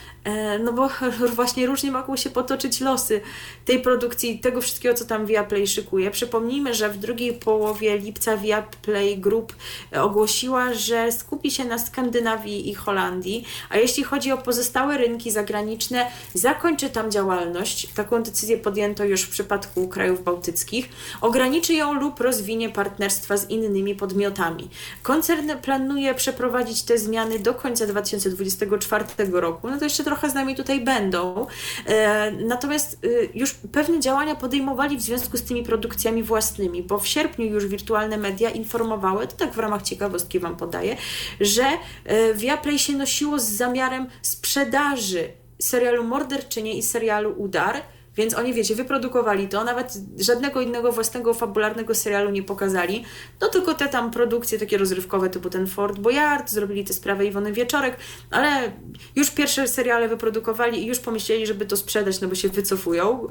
no bo właśnie różnie mogą się potoczyć losy tej produkcji, tego wszystkiego, co tam Viaplay szykuje. Przypomnijmy, że w drugiej połowie lipca Viaplay Group ogłosiła, że skupi się na Skandynawii i Holandii, a jeśli chodzi o pozostałe rynki zagraniczne, zakończy tam działalność. Taką decyzję podjęto już w przypadku krajów bałtyckich. Ograniczy ją lub rozwinie partnerstwa z innymi podmiotami. Koncern planuje przeprowadzić te zmiany do końca dwa tysiące dwudziestego czwartego roku. No to jeszcze trochę z nami tutaj będą. E, natomiast e, już pewne działania podejmowali w związku z tymi produkcjami własnymi, bo w sierpniu już wirtualne media informowały, to tak w ramach ciekawostki Wam podaję, że e, Viaplay się nosiło z zamiarem sprzedaży serialu Morderczynie i serialu Udar. Więc oni, wiecie, wyprodukowali to, nawet żadnego innego własnego fabularnego serialu nie pokazali, no tylko te tam produkcje takie rozrywkowe typu ten Fort Boyard, zrobili tę sprawę Iwony Wieczorek, ale już pierwsze seriale wyprodukowali i już pomyśleli, żeby to sprzedać, no bo się wycofują.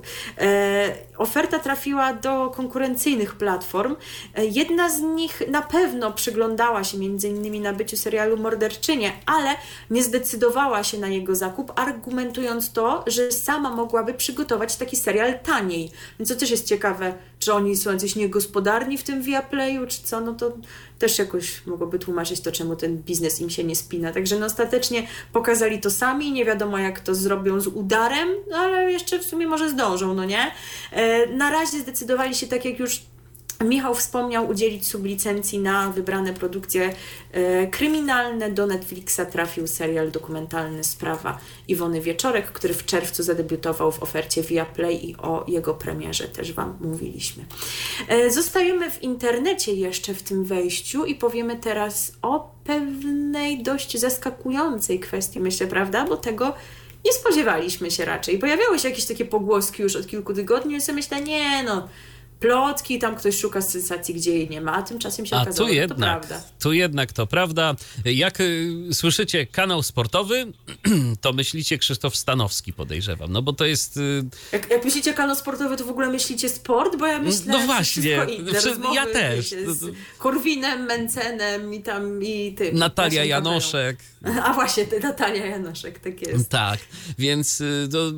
E, oferta trafiła do konkurencyjnych platform. E, jedna z nich na pewno przyglądała się między innymi nabyciu serialu Morderczynie, ale nie zdecydowała się na jego zakup, argumentując to, że sama mogłaby przygotować taki serial taniej. Więc to też jest ciekawe, czy oni są jacyś niegospodarni w tym Viaplayu, czy co, no to też jakoś mogłoby tłumaczyć to, czemu ten biznes im się nie spina. Także no ostatecznie pokazali to sami, nie wiadomo jak to zrobią z Udarem, no ale jeszcze w sumie może zdążą, no nie? E, na razie zdecydowali się, tak jak już Michał wspomniał, udzielić sublicencji na wybrane produkcje e, kryminalne. Do Netflixa trafił serial dokumentalny Sprawa Iwony Wieczorek, który w czerwcu zadebiutował w ofercie Viaplay i o jego premierze też Wam mówiliśmy. E, zostajemy w internecie jeszcze w tym wejściu i powiemy teraz o pewnej dość zaskakującej kwestii, myślę, prawda? Bo tego nie spodziewaliśmy się raczej. Pojawiały się jakieś takie pogłoski już od kilku tygodni i sobie myślę, nie no, plotki, tam ktoś szuka sensacji, gdzie jej nie ma, a tymczasem się a okazało, tu że jednak, to prawda. Tu jednak to prawda. Jak y, słyszycie kanał sportowy, to myślicie Krzysztof Stanowski, podejrzewam, no bo to jest... Y... Jak, jak myślicie kanał sportowy, to w ogóle myślicie sport? Bo ja myślę, no właśnie, inne Wszy... rozmowy, ja też. Wiecie, z Korwinem, Mencenem i tam i tym. Natalia Janoszek. A właśnie, ty, Natalia Janoszek, tak jest. Tak, więc to,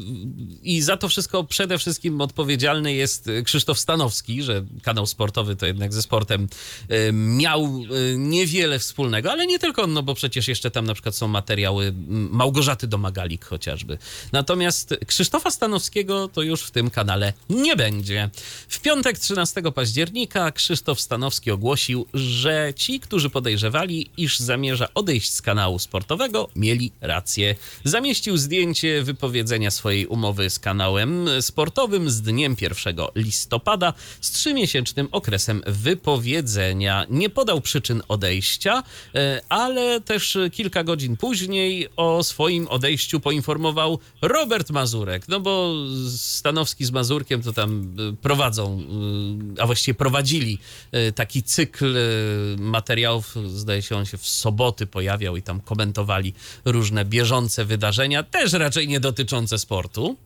i za to wszystko przede wszystkim odpowiedzialny jest Krzysztof Stanowski, że kanał sportowy to jednak ze sportem miał niewiele wspólnego, ale nie tylko on, no bo przecież jeszcze tam na przykład są materiały Małgorzaty Domagalik chociażby. Natomiast Krzysztofa Stanowskiego to już w tym kanale nie będzie. W piątek trzynastego października Krzysztof Stanowski ogłosił, że ci, którzy podejrzewali, iż zamierza odejść z kanału sportowego, mieli rację. Zamieścił zdjęcie wypowiedzenia swojej umowy z kanałem sportowym z dniem pierwszego listopada z trzymiesięcznym okresem wypowiedzenia. Nie podał przyczyn odejścia, ale też kilka godzin później o swoim odejściu poinformował Robert Mazurek, no bo Stanowski z Mazurkiem to tam prowadzą, a właściwie prowadzili taki cykl materiałów, zdaje się on się w soboty pojawiał i tam komentowali różne bieżące wydarzenia, też raczej nie dotyczące sportu.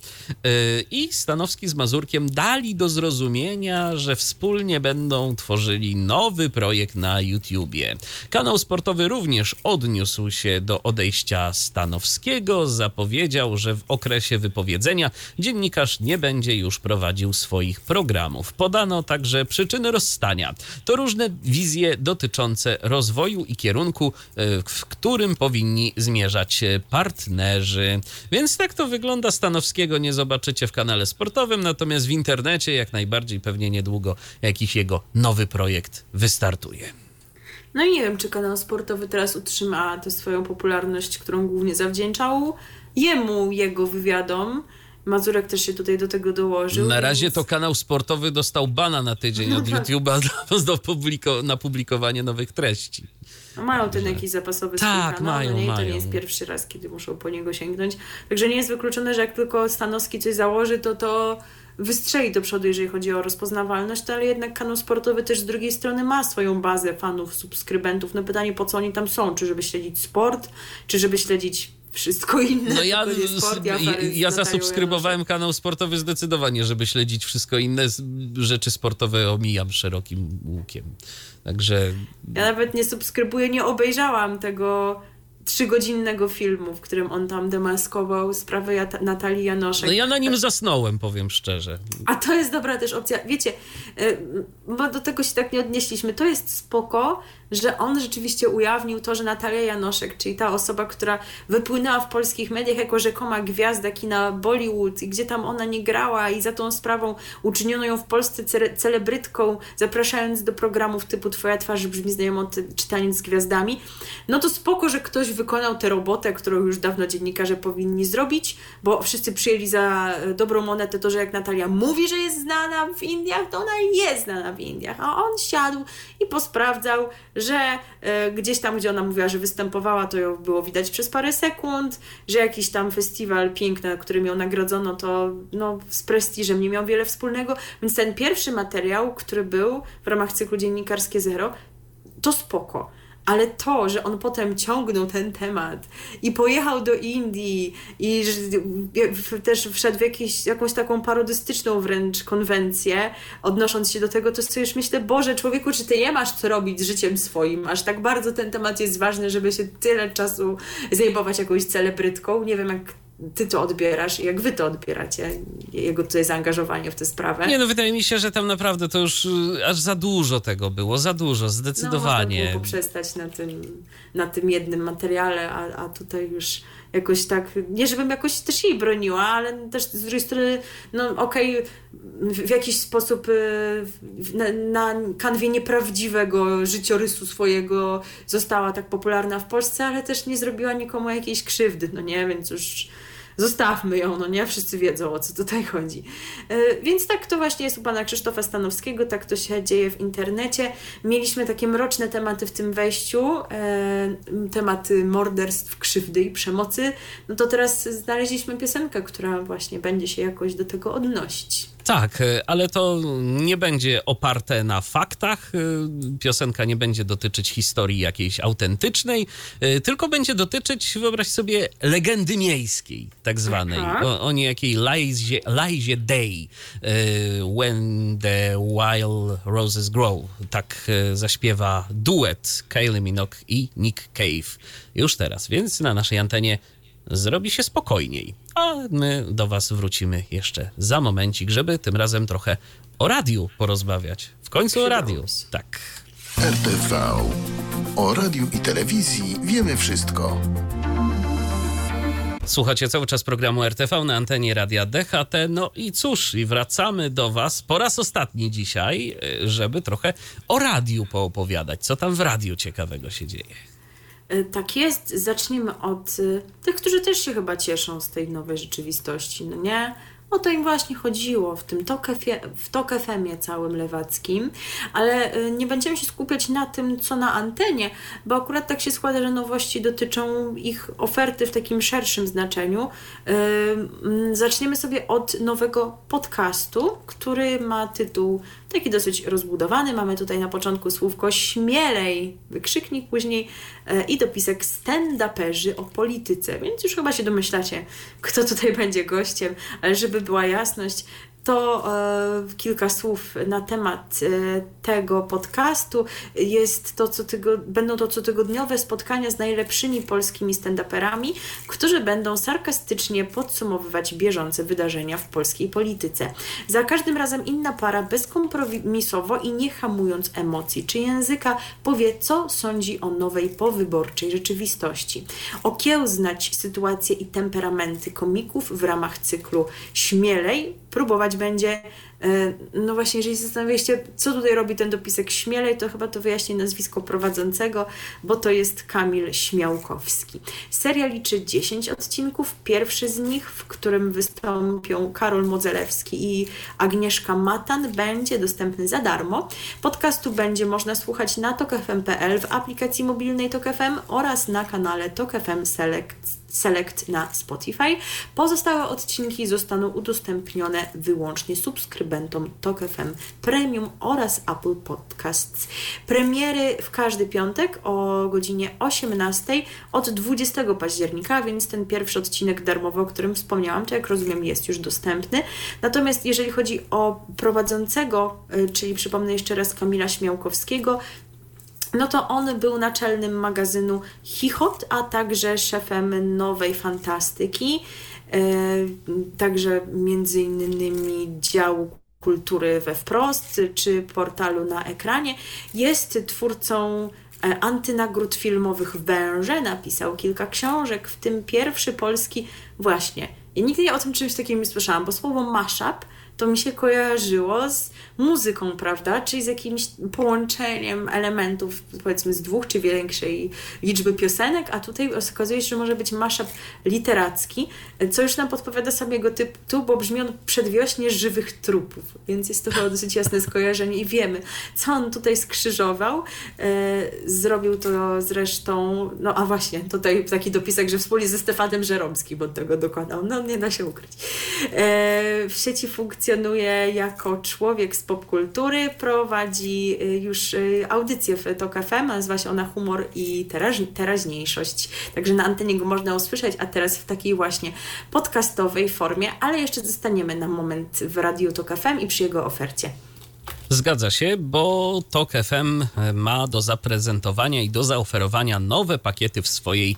I Stanowski z Mazurkiem dali do zrozumienia, że wspólnie będą tworzyli nowy projekt na YouTubie. Kanał sportowy również odniósł się do odejścia Stanowskiego, zapowiedział, że w okresie wypowiedzenia dziennikarz nie będzie już prowadził swoich programów. Podano także przyczyny rozstania. To różne wizje dotyczące rozwoju i kierunku, w którym powinni zmierzać partnerzy. Więc tak to wygląda. Stanowskiego nie zobaczycie w kanale sportowym, natomiast w internecie jak najbardziej pewnie niedługo jakiś jego nowy projekt wystartuje. No i nie wiem, czy kanał sportowy teraz utrzyma tę swoją popularność, którą głównie zawdzięczał jemu, jego wywiadom. Mazurek też się tutaj do tego dołożył. Na więc... razie to kanał sportowy dostał bana na tydzień od YouTube'a do publiko- na publikowanie nowych treści. No mają ten jakiś zapasowy tak, swój kanał, mają, no nie? I to mają. nie jest pierwszy raz, kiedy muszą po niego sięgnąć. Także nie jest wykluczone, że jak tylko Stanowski coś założy, to to wystrzeli do przodu, jeżeli chodzi o rozpoznawalność, ale jednak kanał sportowy też z drugiej strony ma swoją bazę fanów, subskrybentów. No pytanie, po co oni tam są? Czy żeby śledzić sport? Czy żeby śledzić wszystko inne? No ja, sport, ja, ja zasubskrybowałem Janoszek. kanał sportowy zdecydowanie, żeby śledzić wszystko inne. Rzeczy sportowe omijam szerokim łukiem. Także... Ja nawet nie subskrybuję, nie obejrzałam tego trzygodzinnego filmu, w którym on tam demaskował sprawę Jat- Natalii Janoszek. No ja na nim zasnąłem, powiem szczerze. A to jest dobra też opcja. Wiecie, bo do tego się tak nie odnieśliśmy. To jest spoko, że on rzeczywiście ujawnił to, że Natalia Janoszek, czyli ta osoba, która wypłynęła w polskich mediach jako rzekoma gwiazda kina Bollywood i gdzie tam ona nie grała i za tą sprawą uczyniono ją w Polsce ce- celebrytką, zapraszając do programów typu Twoja twarz brzmi znajomo czy Taniec z gwiazdami. No to spoko, że ktoś wykonał tę robotę, którą już dawno dziennikarze powinni zrobić, bo wszyscy przyjęli za dobrą monetę to, że jak Natalia mówi, że jest znana w Indiach, to ona jest znana w Indiach. A on siadł i posprawdzał, że y, gdzieś tam, gdzie ona mówiła, że występowała, to ją było widać przez parę sekund, że jakiś tam festiwal piękny, którym ją nagrodzono, to no, z prestiżem nie miał wiele wspólnego. Więc ten pierwszy materiał, który był w ramach cyklu Dziennikarskie Zero, to spoko. Ale to, że on potem ciągnął ten temat i pojechał do Indii i że też wszedł w jakieś, jakąś taką parodystyczną wręcz konwencję, odnosząc się do tego, to sobie już myślę, Boże, człowieku, czy ty nie masz co robić z życiem swoim? Aż tak bardzo ten temat jest ważny, żeby się tyle czasu zajmować jakąś celebrytką. Nie wiem, jak ty to odbierasz i jak wy to odbieracie, jego tutaj zaangażowanie w tę sprawę. Nie, no wydaje mi się, że tam naprawdę to już aż za dużo tego było, za dużo, zdecydowanie. No, można było poprzestać na tym, na tym jednym materiale, a, a tutaj już jakoś tak, nie żebym jakoś też jej broniła, ale też z drugiej strony, no okej, okay, w jakiś sposób na, na kanwie nieprawdziwego życiorysu swojego została tak popularna w Polsce, ale też nie zrobiła nikomu jakiejś krzywdy, no nie, więc już zostawmy ją, no nie? Wszyscy wiedzą, o co tutaj chodzi. Yy, więc tak to właśnie jest u pana Krzysztofa Stanowskiego, tak to się dzieje w internecie. Mieliśmy takie mroczne tematy w tym wejściu, yy, tematy morderstw, krzywdy i przemocy. No to teraz znaleźliśmy piosenkę, która właśnie będzie się jakoś do tego odnosić. Tak, ale to nie będzie oparte na faktach, piosenka nie będzie dotyczyć historii jakiejś autentycznej, tylko będzie dotyczyć, wyobraź sobie, legendy miejskiej, tak zwanej, o, o niejakiej Lizie, Lizie Day, When the Wild Roses Grow, tak zaśpiewa duet Kylie Minogue i Nick Cave już teraz, więc na naszej antenie zrobi się spokojniej. A my do was wrócimy jeszcze za momencik, żeby tym razem trochę o radiu porozmawiać. W końcu o radiu. Tak. R T V. O radiu i telewizji wiemy wszystko. Słuchacie cały czas programu R T V na antenie Radia D H T. No i cóż, i wracamy do was po raz ostatni dzisiaj, żeby trochę o radiu poopowiadać. Co tam w radiu ciekawego się dzieje? Tak jest. Zacznijmy od tych, którzy też się chyba cieszą z tej nowej rzeczywistości, no nie? O to im właśnie chodziło w tym Tok F M, w Tok F M-ie całym lewackim, ale nie będziemy się skupiać na tym, co na antenie, bo akurat tak się składa, że nowości dotyczą ich oferty w takim szerszym znaczeniu. Yy, zaczniemy sobie od nowego podcastu, który ma tytuł taki dosyć rozbudowany. Mamy tutaj na początku słówko śmielej, wykrzyknik później yy, i dopisek stand-uperzy o polityce, więc już chyba się domyślacie, kto tutaj będzie gościem, ale żeby była jasność, to e, kilka słów na temat e, tego podcastu. Jest to co tygo, będą to cotygodniowe spotkania z najlepszymi polskimi stand-uperami, którzy będą sarkastycznie podsumowywać bieżące wydarzenia w polskiej polityce. Za każdym razem inna para bezkompromisowo i nie hamując emocji czy języka powie, co sądzi o nowej powyborczej rzeczywistości. Okiełznać sytuacje i temperamenty komików w ramach cyklu Śmielej próbować będzie, no właśnie, jeżeli zastanawialiście, co tutaj robi ten dopisek Śmielej, to chyba to wyjaśni nazwisko prowadzącego, bo to jest Kamil Śmiałkowski. Seria liczy dziesięć odcinków. Pierwszy z nich, w którym wystąpią Karol Modzelewski i Agnieszka Matan, będzie dostępny za darmo. Podcastu będzie można słuchać na tok f m kropka p l, w aplikacji mobilnej Tok F M oraz na kanale Tok F M Select Select na Spotify. Pozostałe odcinki zostaną udostępnione wyłącznie subskrybentom Tok F M Premium oraz Apple Podcasts. Premiery w każdy piątek o godzinie osiemnastej od dwudziestego października, więc ten pierwszy odcinek darmowy, o którym wspomniałam, to jak rozumiem jest już dostępny. Natomiast jeżeli chodzi o prowadzącego, czyli przypomnę jeszcze raz Kamila Śmiałkowskiego, no to on był naczelnym magazynu Chichot, a także szefem Nowej Fantastyki, także między innymi działu kultury we Wprost czy portalu Na Ekranie. Jest twórcą antynagród filmowych Węże, napisał kilka książek, w tym pierwszy polski właśnie. Ja nigdy o tym czymś takim nie słyszałam, bo słowo mashup to mi się kojarzyło z muzyką, prawda? Czyli z jakimś połączeniem elementów, powiedzmy z dwóch czy większej liczby piosenek, a tutaj okazuje się, że może być mashup literacki, co już nam podpowiada samego tytułu, bo brzmi on Przedwiośnie żywych trupów, więc jest to chyba dosyć jasne skojarzenie i wiemy, co on tutaj skrzyżował. E, zrobił to zresztą, no a właśnie, tutaj taki dopisek, że wspólnie ze Stefanem Żeromskim od tego dokonał. No nie da się ukryć. E, w sieci funkcjonuje jako człowiek z popkultury, prowadzi już audycję w Tok F M, nazywa się ona Humor i teraź, teraźniejszość. Także na antenie go można usłyszeć, a teraz w takiej właśnie podcastowej formie, ale jeszcze zostaniemy na moment w Radiu Tok F M i przy jego ofercie. Zgadza się, bo Tok F M ma do zaprezentowania i do zaoferowania nowe pakiety w swojej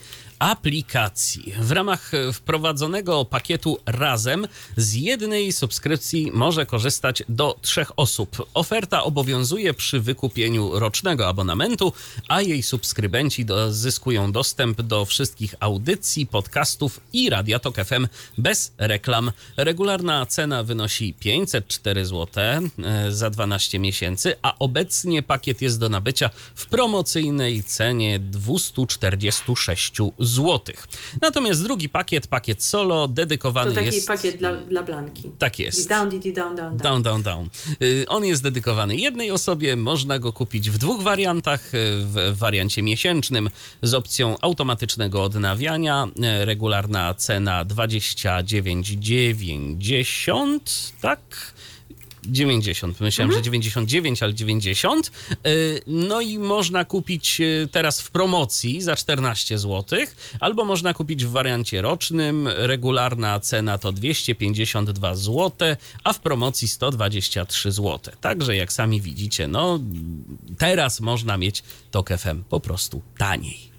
aplikacji. W ramach wprowadzonego pakietu Razem z jednej subskrypcji może korzystać do trzech osób. Oferta obowiązuje przy wykupieniu rocznego abonamentu, a jej subskrybenci do, zyskują dostęp do wszystkich audycji, podcastów i Radia Tok F M bez reklam. Regularna cena wynosi pięćset cztery złote za dwanaście miesięcy, a obecnie pakiet jest do nabycia w promocyjnej cenie dwieście czterdzieści sześć złotych. Natomiast drugi pakiet, pakiet solo, dedykowany to taki jest... pakiet dla, dla Blanki. Tak jest. Down, down, down, down. Down, down, down. On jest dedykowany jednej osobie, można go kupić w dwóch wariantach. W wariancie miesięcznym z opcją automatycznego odnawiania. Regularna cena dwadzieścia dziewięć dziewięćdziesiąt, tak? dziewięćdziesiąt. Myślałem, mhm. że dziewięćdziesiąt dziewięć, ale dziewięćdziesiąt. No i można kupić teraz w promocji za czternaście złotych, albo można kupić w wariancie rocznym. Regularna cena to dwieście pięćdziesiąt dwa złote, a w promocji sto dwadzieścia trzy złote. Także jak sami widzicie, no teraz można mieć Tok F M po prostu taniej.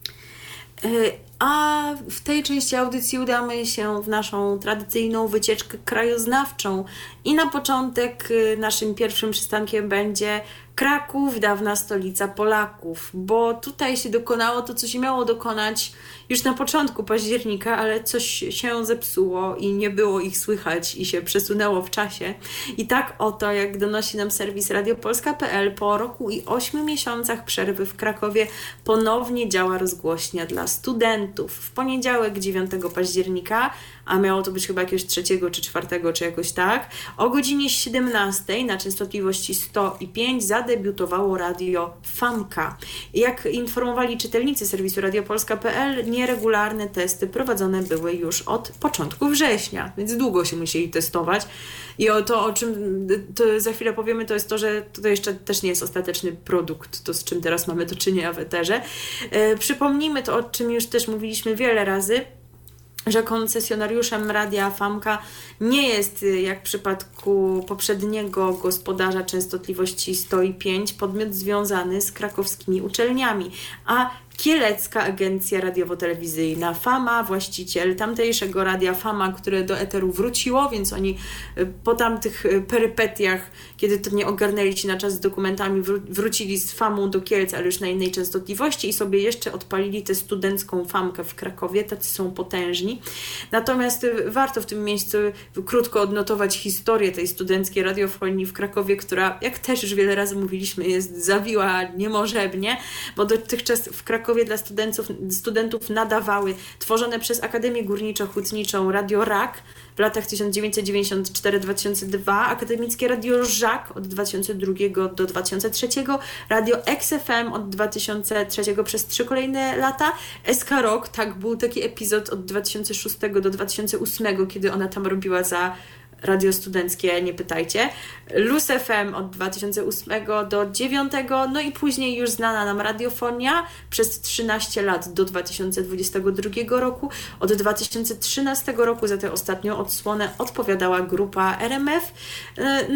A w tej części audycji udamy się w naszą tradycyjną wycieczkę krajoznawczą i na początek naszym pierwszym przystankiem będzie Kraków, dawna stolica Polaków, bo tutaj się dokonało to, co się miało dokonać już na początku października, ale coś się zepsuło i nie było ich słychać i się przesunęło w czasie. I tak oto, jak donosi nam serwis radiopolska kropka p l, po roku i ośmiu miesiącach przerwy w Krakowie ponownie działa rozgłośnia dla studentów. W poniedziałek dziewiątego października, a miało to być chyba jakiegoś trzeciego czy czwartego, czy jakoś tak, o godzinie siedemnastej na częstotliwości sto i pięć zadebiutowało radio Famka. Jak informowali czytelnicy serwisu radiopolska kropka p l, nieregularne testy prowadzone były już od początku września, więc długo się musieli testować. I o to, o czym to za chwilę powiemy, to jest to, że to jeszcze też nie jest ostateczny produkt, to z czym teraz mamy do czynienia w eterze. E, przypomnijmy to, o czym już też mówiliśmy wiele razy, że koncesjonariuszem Radia Famka nie jest, jak w przypadku poprzedniego gospodarza częstotliwości sto i pięć, podmiot związany z krakowskimi uczelniami, a Kielecka Agencja Radiowo-Telewizyjna Fama, właściciel tamtejszego Radia Fama, które do eteru wróciło, więc oni po tamtych perypetiach, kiedy to nie ogarnęli się na czas z dokumentami, wrócili z Famą do Kielc, ale już na innej częstotliwości i sobie jeszcze odpalili tę studencką Famkę w Krakowie. Tacy są potężni. Natomiast warto w tym miejscu krótko odnotować historię tej studenckiej radiofonii w Krakowie, która, jak też już wiele razy mówiliśmy, jest zawiła niemożebnie, bo dotychczas w Krakowie dla studentów, studentów nadawały tworzone przez Akademię Górniczo-Hutniczą Radio Rak w latach tysiąc dziewięćset dziewięćdziesiąt cztery do dwa tysiące drugiego, Akademickie Radio Żak od dwa tysiące drugiego do dwa tysiące trzeciego, Radio X F M od dwa tysiące trzeciego przez trzy kolejne lata, S K Rock, tak, był taki epizod od dwa tysiące szóstego do dwa tysiące ósmego, kiedy ona tam robiła za radio studenckie, nie pytajcie. Luz F M od dwa tysiące ósmego do dwa tysiące dziewiątego, no i później już znana nam radiofonia przez trzynaście lat do dwa tysiące dwudziestego drugiego roku. Od dwa tysiące trzynastego roku za tę ostatnią odsłonę odpowiadała grupa R M F. No i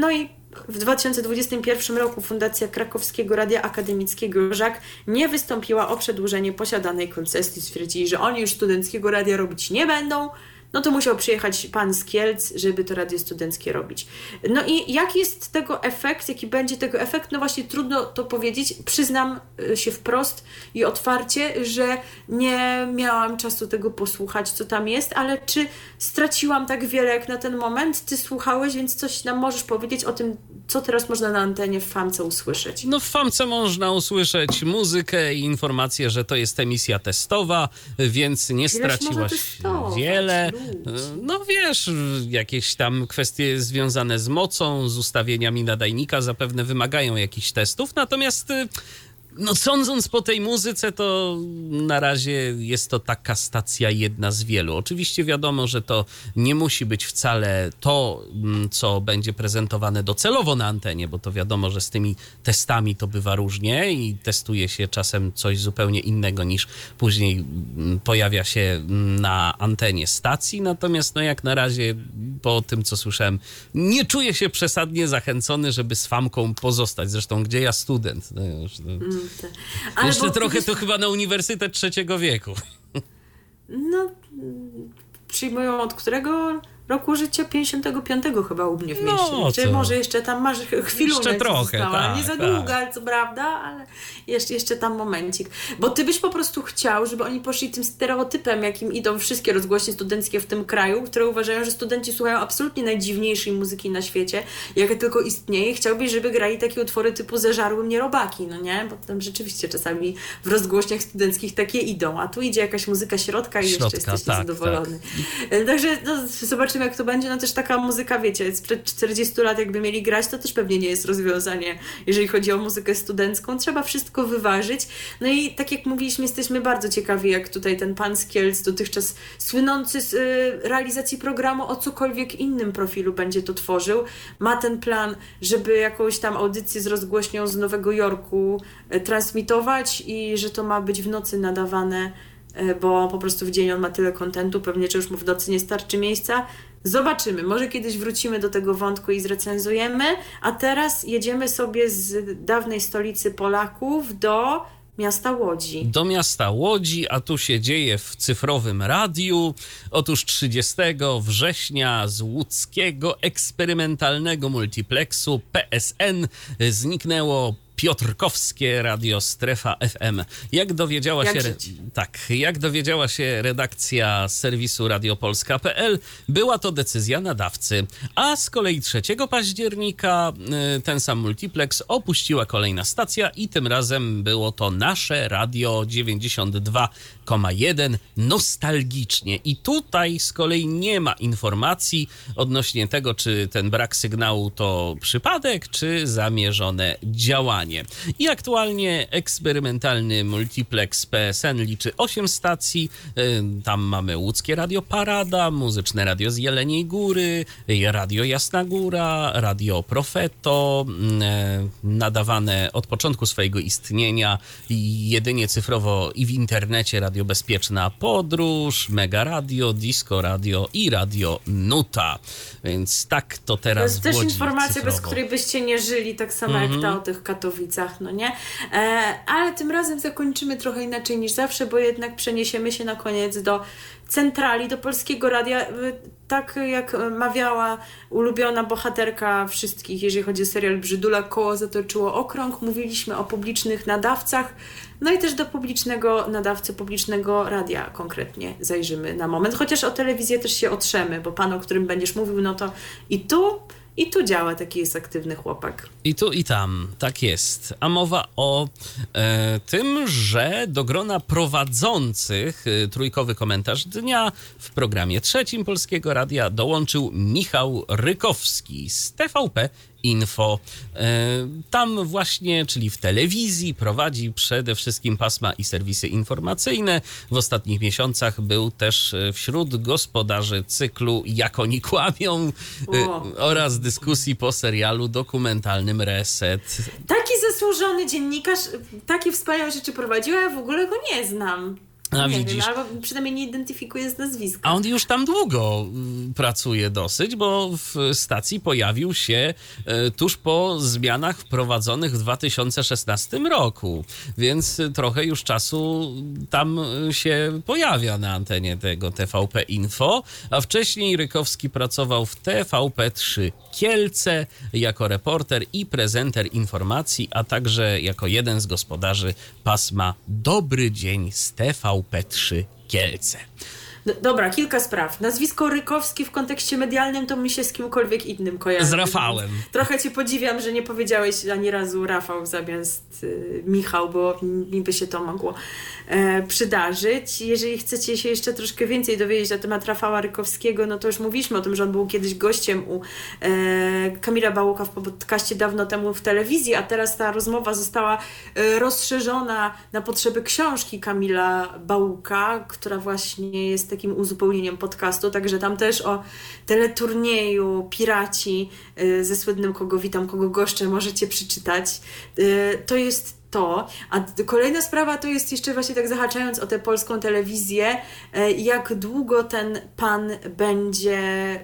w dwa tysiące dwudziestym pierwszym roku Fundacja Krakowskiego Radia Akademickiego Żak nie wystąpiła o przedłużenie posiadanej koncesji. Stwierdzili, że oni już studenckiego radia robić nie będą, no to musiał przyjechać pan z Kielc, żeby to radio studenckie robić. No i jaki jest tego efekt, jaki będzie tego efekt? No właśnie trudno to powiedzieć. Przyznam się wprost i otwarcie, że nie miałam czasu tego posłuchać, co tam jest, ale czy straciłam tak wiele jak na ten moment? Ty słuchałeś, więc coś nam możesz powiedzieć o tym, co teraz można na antenie w Famce usłyszeć? No w Famce można usłyszeć muzykę i informację, że to jest emisja testowa, więc nie Ileż straciłaś można testować, wiele. ludzi? No wiesz, jakieś tam kwestie związane z mocą, z ustawieniami nadajnika zapewne wymagają jakichś testów, natomiast no sądząc po tej muzyce, to na razie jest to taka stacja jedna z wielu. Oczywiście wiadomo, że to nie musi być wcale to, co będzie prezentowane docelowo na antenie, bo to wiadomo, że z tymi testami to bywa różnie i testuje się czasem coś zupełnie innego niż później pojawia się na antenie stacji. Natomiast no jak na razie po tym, co słyszałem, nie czuję się przesadnie zachęcony, żeby z Famką pozostać. Zresztą gdzie ja student? No już, no. Ale Jeszcze bo trochę wiesz, to chyba na Uniwersytet Trzeciego Wieku. No, przyjmują od którego roku życia? pięćdziesiątego piątego chyba u mnie w mieście. No, Czy to... może jeszcze tam masz chwilunę, Jeszcze trochę, tak, nie za tak. długo, co prawda, ale jeszcze, jeszcze tam momencik. Bo ty byś po prostu chciał, żeby oni poszli tym stereotypem, jakim idą wszystkie rozgłośnie studenckie w tym kraju, które uważają, że studenci słuchają absolutnie najdziwniejszej muzyki na świecie, jaka tylko istnieje. Chciałbyś, żeby grali takie utwory typu Zeżarły mnie robaki, no nie? Bo tam rzeczywiście czasami w rozgłośniach studenckich takie idą, a tu idzie jakaś muzyka środka i Środka, jeszcze jesteś tak, zadowolony. Tak. Także no, zobaczymy, jak to będzie. No też taka muzyka, wiecie, sprzed czterdziestu lat jakby mieli grać, to też pewnie nie jest rozwiązanie, jeżeli chodzi o muzykę studencką. Trzeba wszystko wyważyć. No i tak jak mówiliśmy, jesteśmy bardzo ciekawi, jak tutaj ten pan z Kielc, dotychczas słynący z y, realizacji programu o cokolwiek innym profilu będzie to tworzył. Ma ten plan, żeby jakąś tam audycję z rozgłośnią z Nowego Jorku y, transmitować i że to ma być w nocy nadawane, y, bo po prostu w dzień on ma tyle kontentu, pewnie, że już mu w nocy nie starczy miejsca. Zobaczymy, może kiedyś wrócimy do tego wątku i zrecenzujemy, a teraz jedziemy sobie z dawnej stolicy Polaków do miasta Łodzi. Do miasta Łodzi, a tu się dzieje w cyfrowym radiu. Otóż trzydziestego września z łódzkiego eksperymentalnego multiplexu P S N zniknęło Piotrkowskie Radio Strefa F M. Jak dowiedziała Jak się żyć? tak, jak dowiedziała się redakcja serwisu radiopolska kropka p l, była to decyzja nadawcy. A z kolei trzeciego października y, ten sam multiplex opuściła kolejna stacja i tym razem było to nasze Radio dziewięćdziesiąt dwa przecinek jeden nostalgicznie. I tutaj z kolei nie ma informacji odnośnie tego, czy ten brak sygnału to przypadek, czy zamierzone działanie. I aktualnie eksperymentalny multiplex P S N liczy osiem stacji. Tam mamy Łódzkie Radio Parada, Muzyczne Radio z Jeleniej Góry, Radio Jasna Góra, Radio Profeto, nadawane od początku swojego istnienia jedynie cyfrowo i w internecie Radio Bezpieczna Podróż, Mega Radio, Disco Radio i Radio Nuta. Więc tak to To teraz jest w też Łodzi informacja, cyfrowo. bez której byście nie żyli, tak samo Mhm. jak ta o tych Katowicach, no nie? E, ale tym razem zakończymy trochę inaczej niż zawsze, bo jednak przeniesiemy się na koniec do centrali, do Polskiego Radia. Tak jak mawiała ulubiona bohaterka wszystkich, jeżeli chodzi o serial Brzydula, koło zatoczyło okrąg. Mówiliśmy o publicznych nadawcach, no i też do publicznego nadawcy, publicznego radia konkretnie zajrzymy na moment. Chociaż o telewizję też się otrzemy, bo pan, o którym będziesz mówił, no to i tu, i tu działa, taki jest aktywny chłopak. I tu, i tam, tak jest. A mowa o e, tym, że do grona prowadzących e, trójkowy komentarz dnia w programie trzecim Polskiego Radia dołączył Michał Rykowski z T V P Info. E, tam właśnie, czyli w telewizji, prowadzi przede wszystkim pasma i serwisy informacyjne. W ostatnich miesiącach był też wśród gospodarzy cyklu Jak oni kłamią e, O. oraz dyskusji po serialu dokumentalnym Reset. Taki zasłużony dziennikarz, takie wspaniałe rzeczy prowadziła, ja w ogóle go nie znam. A nie widzisz. wiem, albo przynajmniej nie identyfikuje z nazwiska. A on już tam długo y, pracuje dosyć, bo w stacji pojawił się y, tuż po zmianach wprowadzonych w dwa tysiące szesnastym roku, więc y, trochę już czasu tam y, się pojawia na antenie tego T V P Info, a wcześniej Rykowski pracował w T V P trzy Kielce jako reporter i prezenter informacji, a także jako jeden z gospodarzy pasma Dobry Dzień z T V P trzy Kielce. D- Dobra, kilka spraw. Nazwisko Rykowski w kontekście medialnym to mi się z kimkolwiek innym kojarzy. Z Rafałem. Trochę cię podziwiam, że nie powiedziałeś ani razu Rafał zamiast y, Michał, bo mi by się to mogło e, przydarzyć. Jeżeli chcecie się jeszcze troszkę więcej dowiedzieć na temat Rafała Rykowskiego, no to już mówiliśmy o tym, że on był kiedyś gościem u e, Kamila Bałuka w podcaście dawno temu w telewizji, a teraz ta rozmowa została e, rozszerzona na potrzeby książki Kamila Bałuka, która właśnie jest takim uzupełnieniem podcastu, także tam też o teleturnieju Piraci y, ze słynnym Kogo witam, kogo goszczę możecie przeczytać. Y, to jest to. A kolejna sprawa to jest jeszcze właśnie tak zahaczając o tę polską telewizję, y, jak długo ten pan będzie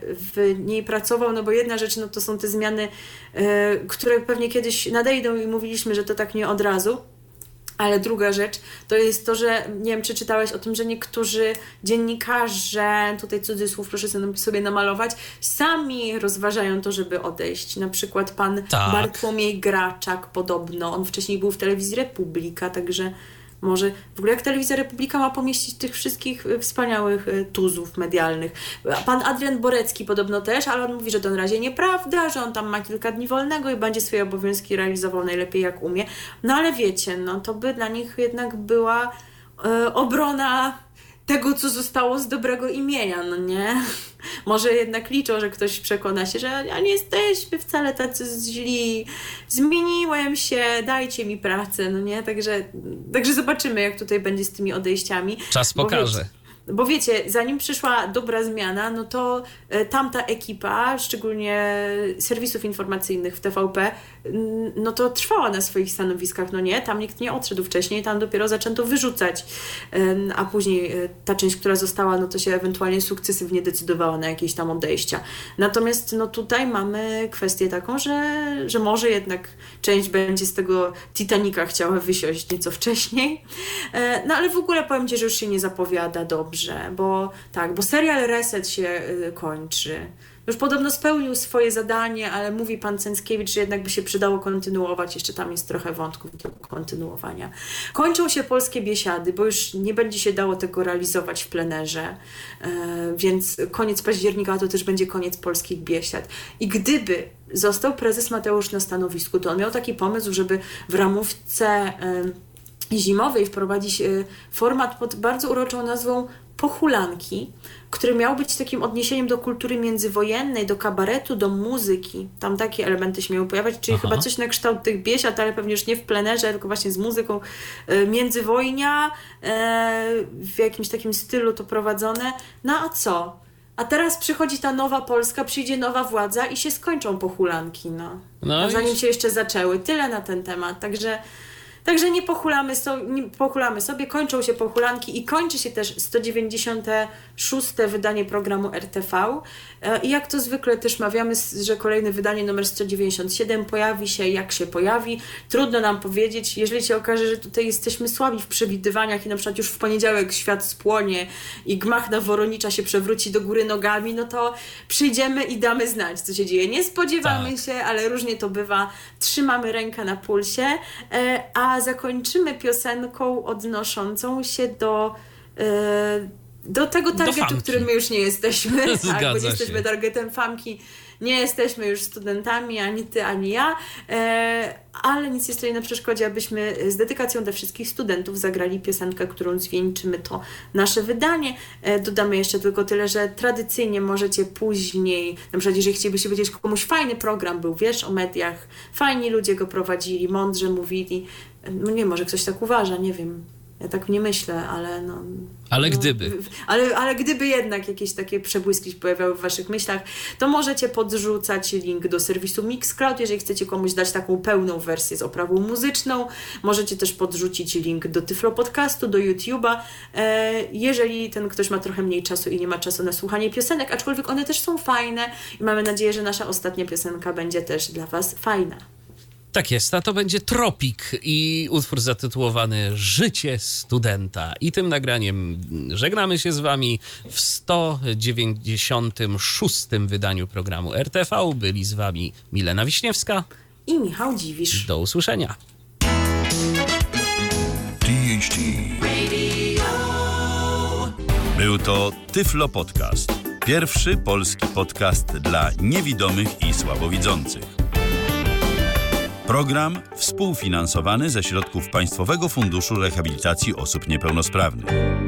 w niej pracował, no bo jedna rzecz no to są te zmiany, y, które pewnie kiedyś nadejdą i mówiliśmy, że to tak nie od razu. Ale druga rzecz to jest to, że nie wiem, czy czytałeś o tym, że niektórzy dziennikarze, tutaj cudzysłów proszę sobie namalować, sami rozważają to, żeby odejść. Na przykład pan Tak. Bartłomiej Graczak podobno, on wcześniej był w telewizji Republika, także może w ogóle jak telewizja Republika ma pomieścić tych wszystkich wspaniałych tuzów medialnych. A pan Adrian Borecki podobno też, ale on mówi, że to na razie nieprawda, że on tam ma kilka dni wolnego i będzie swoje obowiązki realizował najlepiej jak umie. No ale wiecie, no to by dla nich jednak była e, obrona tego, co zostało z dobrego imienia, no nie? Może jednak liczą, że ktoś przekona się, że ja nie jesteśmy wcale tacy źli, zmieniłem się, dajcie mi pracę, no nie? Także, także zobaczymy, jak tutaj będzie z tymi odejściami. Czas Bo pokaże. Wiecie, bo wiecie, zanim przyszła dobra zmiana, no to e, tamta ekipa, szczególnie serwisów informacyjnych w T V P, n- no to trwała na swoich stanowiskach, no nie? Tam nikt nie odszedł wcześniej, tam dopiero zaczęto wyrzucać, e, a później e, ta część, która została, no to się ewentualnie sukcesywnie decydowała na jakieś tam odejścia. Natomiast no tutaj mamy kwestię taką, że, że może jednak część będzie z tego Titanica chciała wysiąść nieco wcześniej, e, no ale w ogóle powiem Ci, że już się nie zapowiada dobrze. Bo tak, bo serial Reset się y, kończy. Już podobno spełnił swoje zadanie, ale mówi pan Cęckiewicz, że jednak by się przydało kontynuować. Jeszcze tam jest trochę wątków do kontynuowania. Kończą się polskie biesiady, bo już nie będzie się dało tego realizować w plenerze. Y, więc koniec października to też będzie koniec polskich biesiad. I gdyby został prezes Mateusz na stanowisku, to on miał taki pomysł, żeby w ramówce y, zimowej wprowadzić y, format pod bardzo uroczą nazwą Pochulanki, który miał być takim odniesieniem do kultury międzywojennej, do kabaretu, do muzyki. Tam takie elementy się miały pojawiać, czyli Aha. chyba coś na kształt tych biesiad, ale pewnie już nie w plenerze, tylko właśnie z muzyką y, międzywojnia, y, w jakimś takim stylu to prowadzone. No a co? A teraz przychodzi ta nowa Polska, przyjdzie nowa władza i się skończą pochulanki, no. No A i- zanim się jeszcze zaczęły. Tyle na ten temat, także... Także nie pochulamy, so, nie pochulamy sobie, kończą się pochulanki i kończy się też sto dziewięćdziesiąte szóste wydanie programu R T V. I jak to zwykle też mawiamy, że kolejne wydanie numer sto dziewięćdziesiąt siedem pojawi się jak się pojawi. Trudno nam powiedzieć, jeżeli się okaże, że tutaj jesteśmy słabi w przewidywaniach i na przykład już w poniedziałek świat spłonie i gmach na Woronicza się przewróci do góry nogami, no to przyjdziemy i damy znać, co się dzieje. Nie spodziewamy Tak. się, ale różnie to bywa. Trzymamy rękę na pulsie, a zakończymy piosenką odnoszącą się do, e, do tego targetu, famki. którym my już nie jesteśmy. tak, bo Zgadza nie się. jesteśmy targetem famki. Nie jesteśmy już studentami, ani ty, ani ja, e, ale nic nie stoi na przeszkodzie, abyśmy z dedykacją dla wszystkich studentów zagrali piosenkę, którą zwieńczymy to nasze wydanie. E, dodamy jeszcze tylko tyle, że tradycyjnie możecie później, na przykład jeżeli chcielibyście powiedzieć, komuś fajny program był, wiesz, o mediach, fajni ludzie go prowadzili, mądrze mówili, no nie, może ktoś tak uważa, nie wiem. Ja tak nie myślę, ale no... Ale no, gdyby. Ale, ale gdyby jednak jakieś takie przebłyski się pojawiały w waszych myślach, to możecie podrzucać link do serwisu Mixcloud, jeżeli chcecie komuś dać taką pełną wersję z oprawą muzyczną. Możecie też podrzucić link do Tyflo Podcastu, do YouTube'a, e, jeżeli ten ktoś ma trochę mniej czasu i nie ma czasu na słuchanie piosenek, aczkolwiek one też są fajne i mamy nadzieję, że nasza ostatnia piosenka będzie też dla was fajna. Tak jest, a to będzie Tropik i utwór zatytułowany Życie studenta. I tym nagraniem żegnamy się z wami w sto dziewięćdziesiątym szóstym wydaniu programu R T V. Byli z wami Milena Wiśniewska I Michał Dziwisz. Do usłyszenia. T H T. Był to Tyflo Podcast. Pierwszy polski podcast dla niewidomych i słabowidzących. Program współfinansowany ze środków Państwowego Funduszu Rehabilitacji Osób Niepełnosprawnych.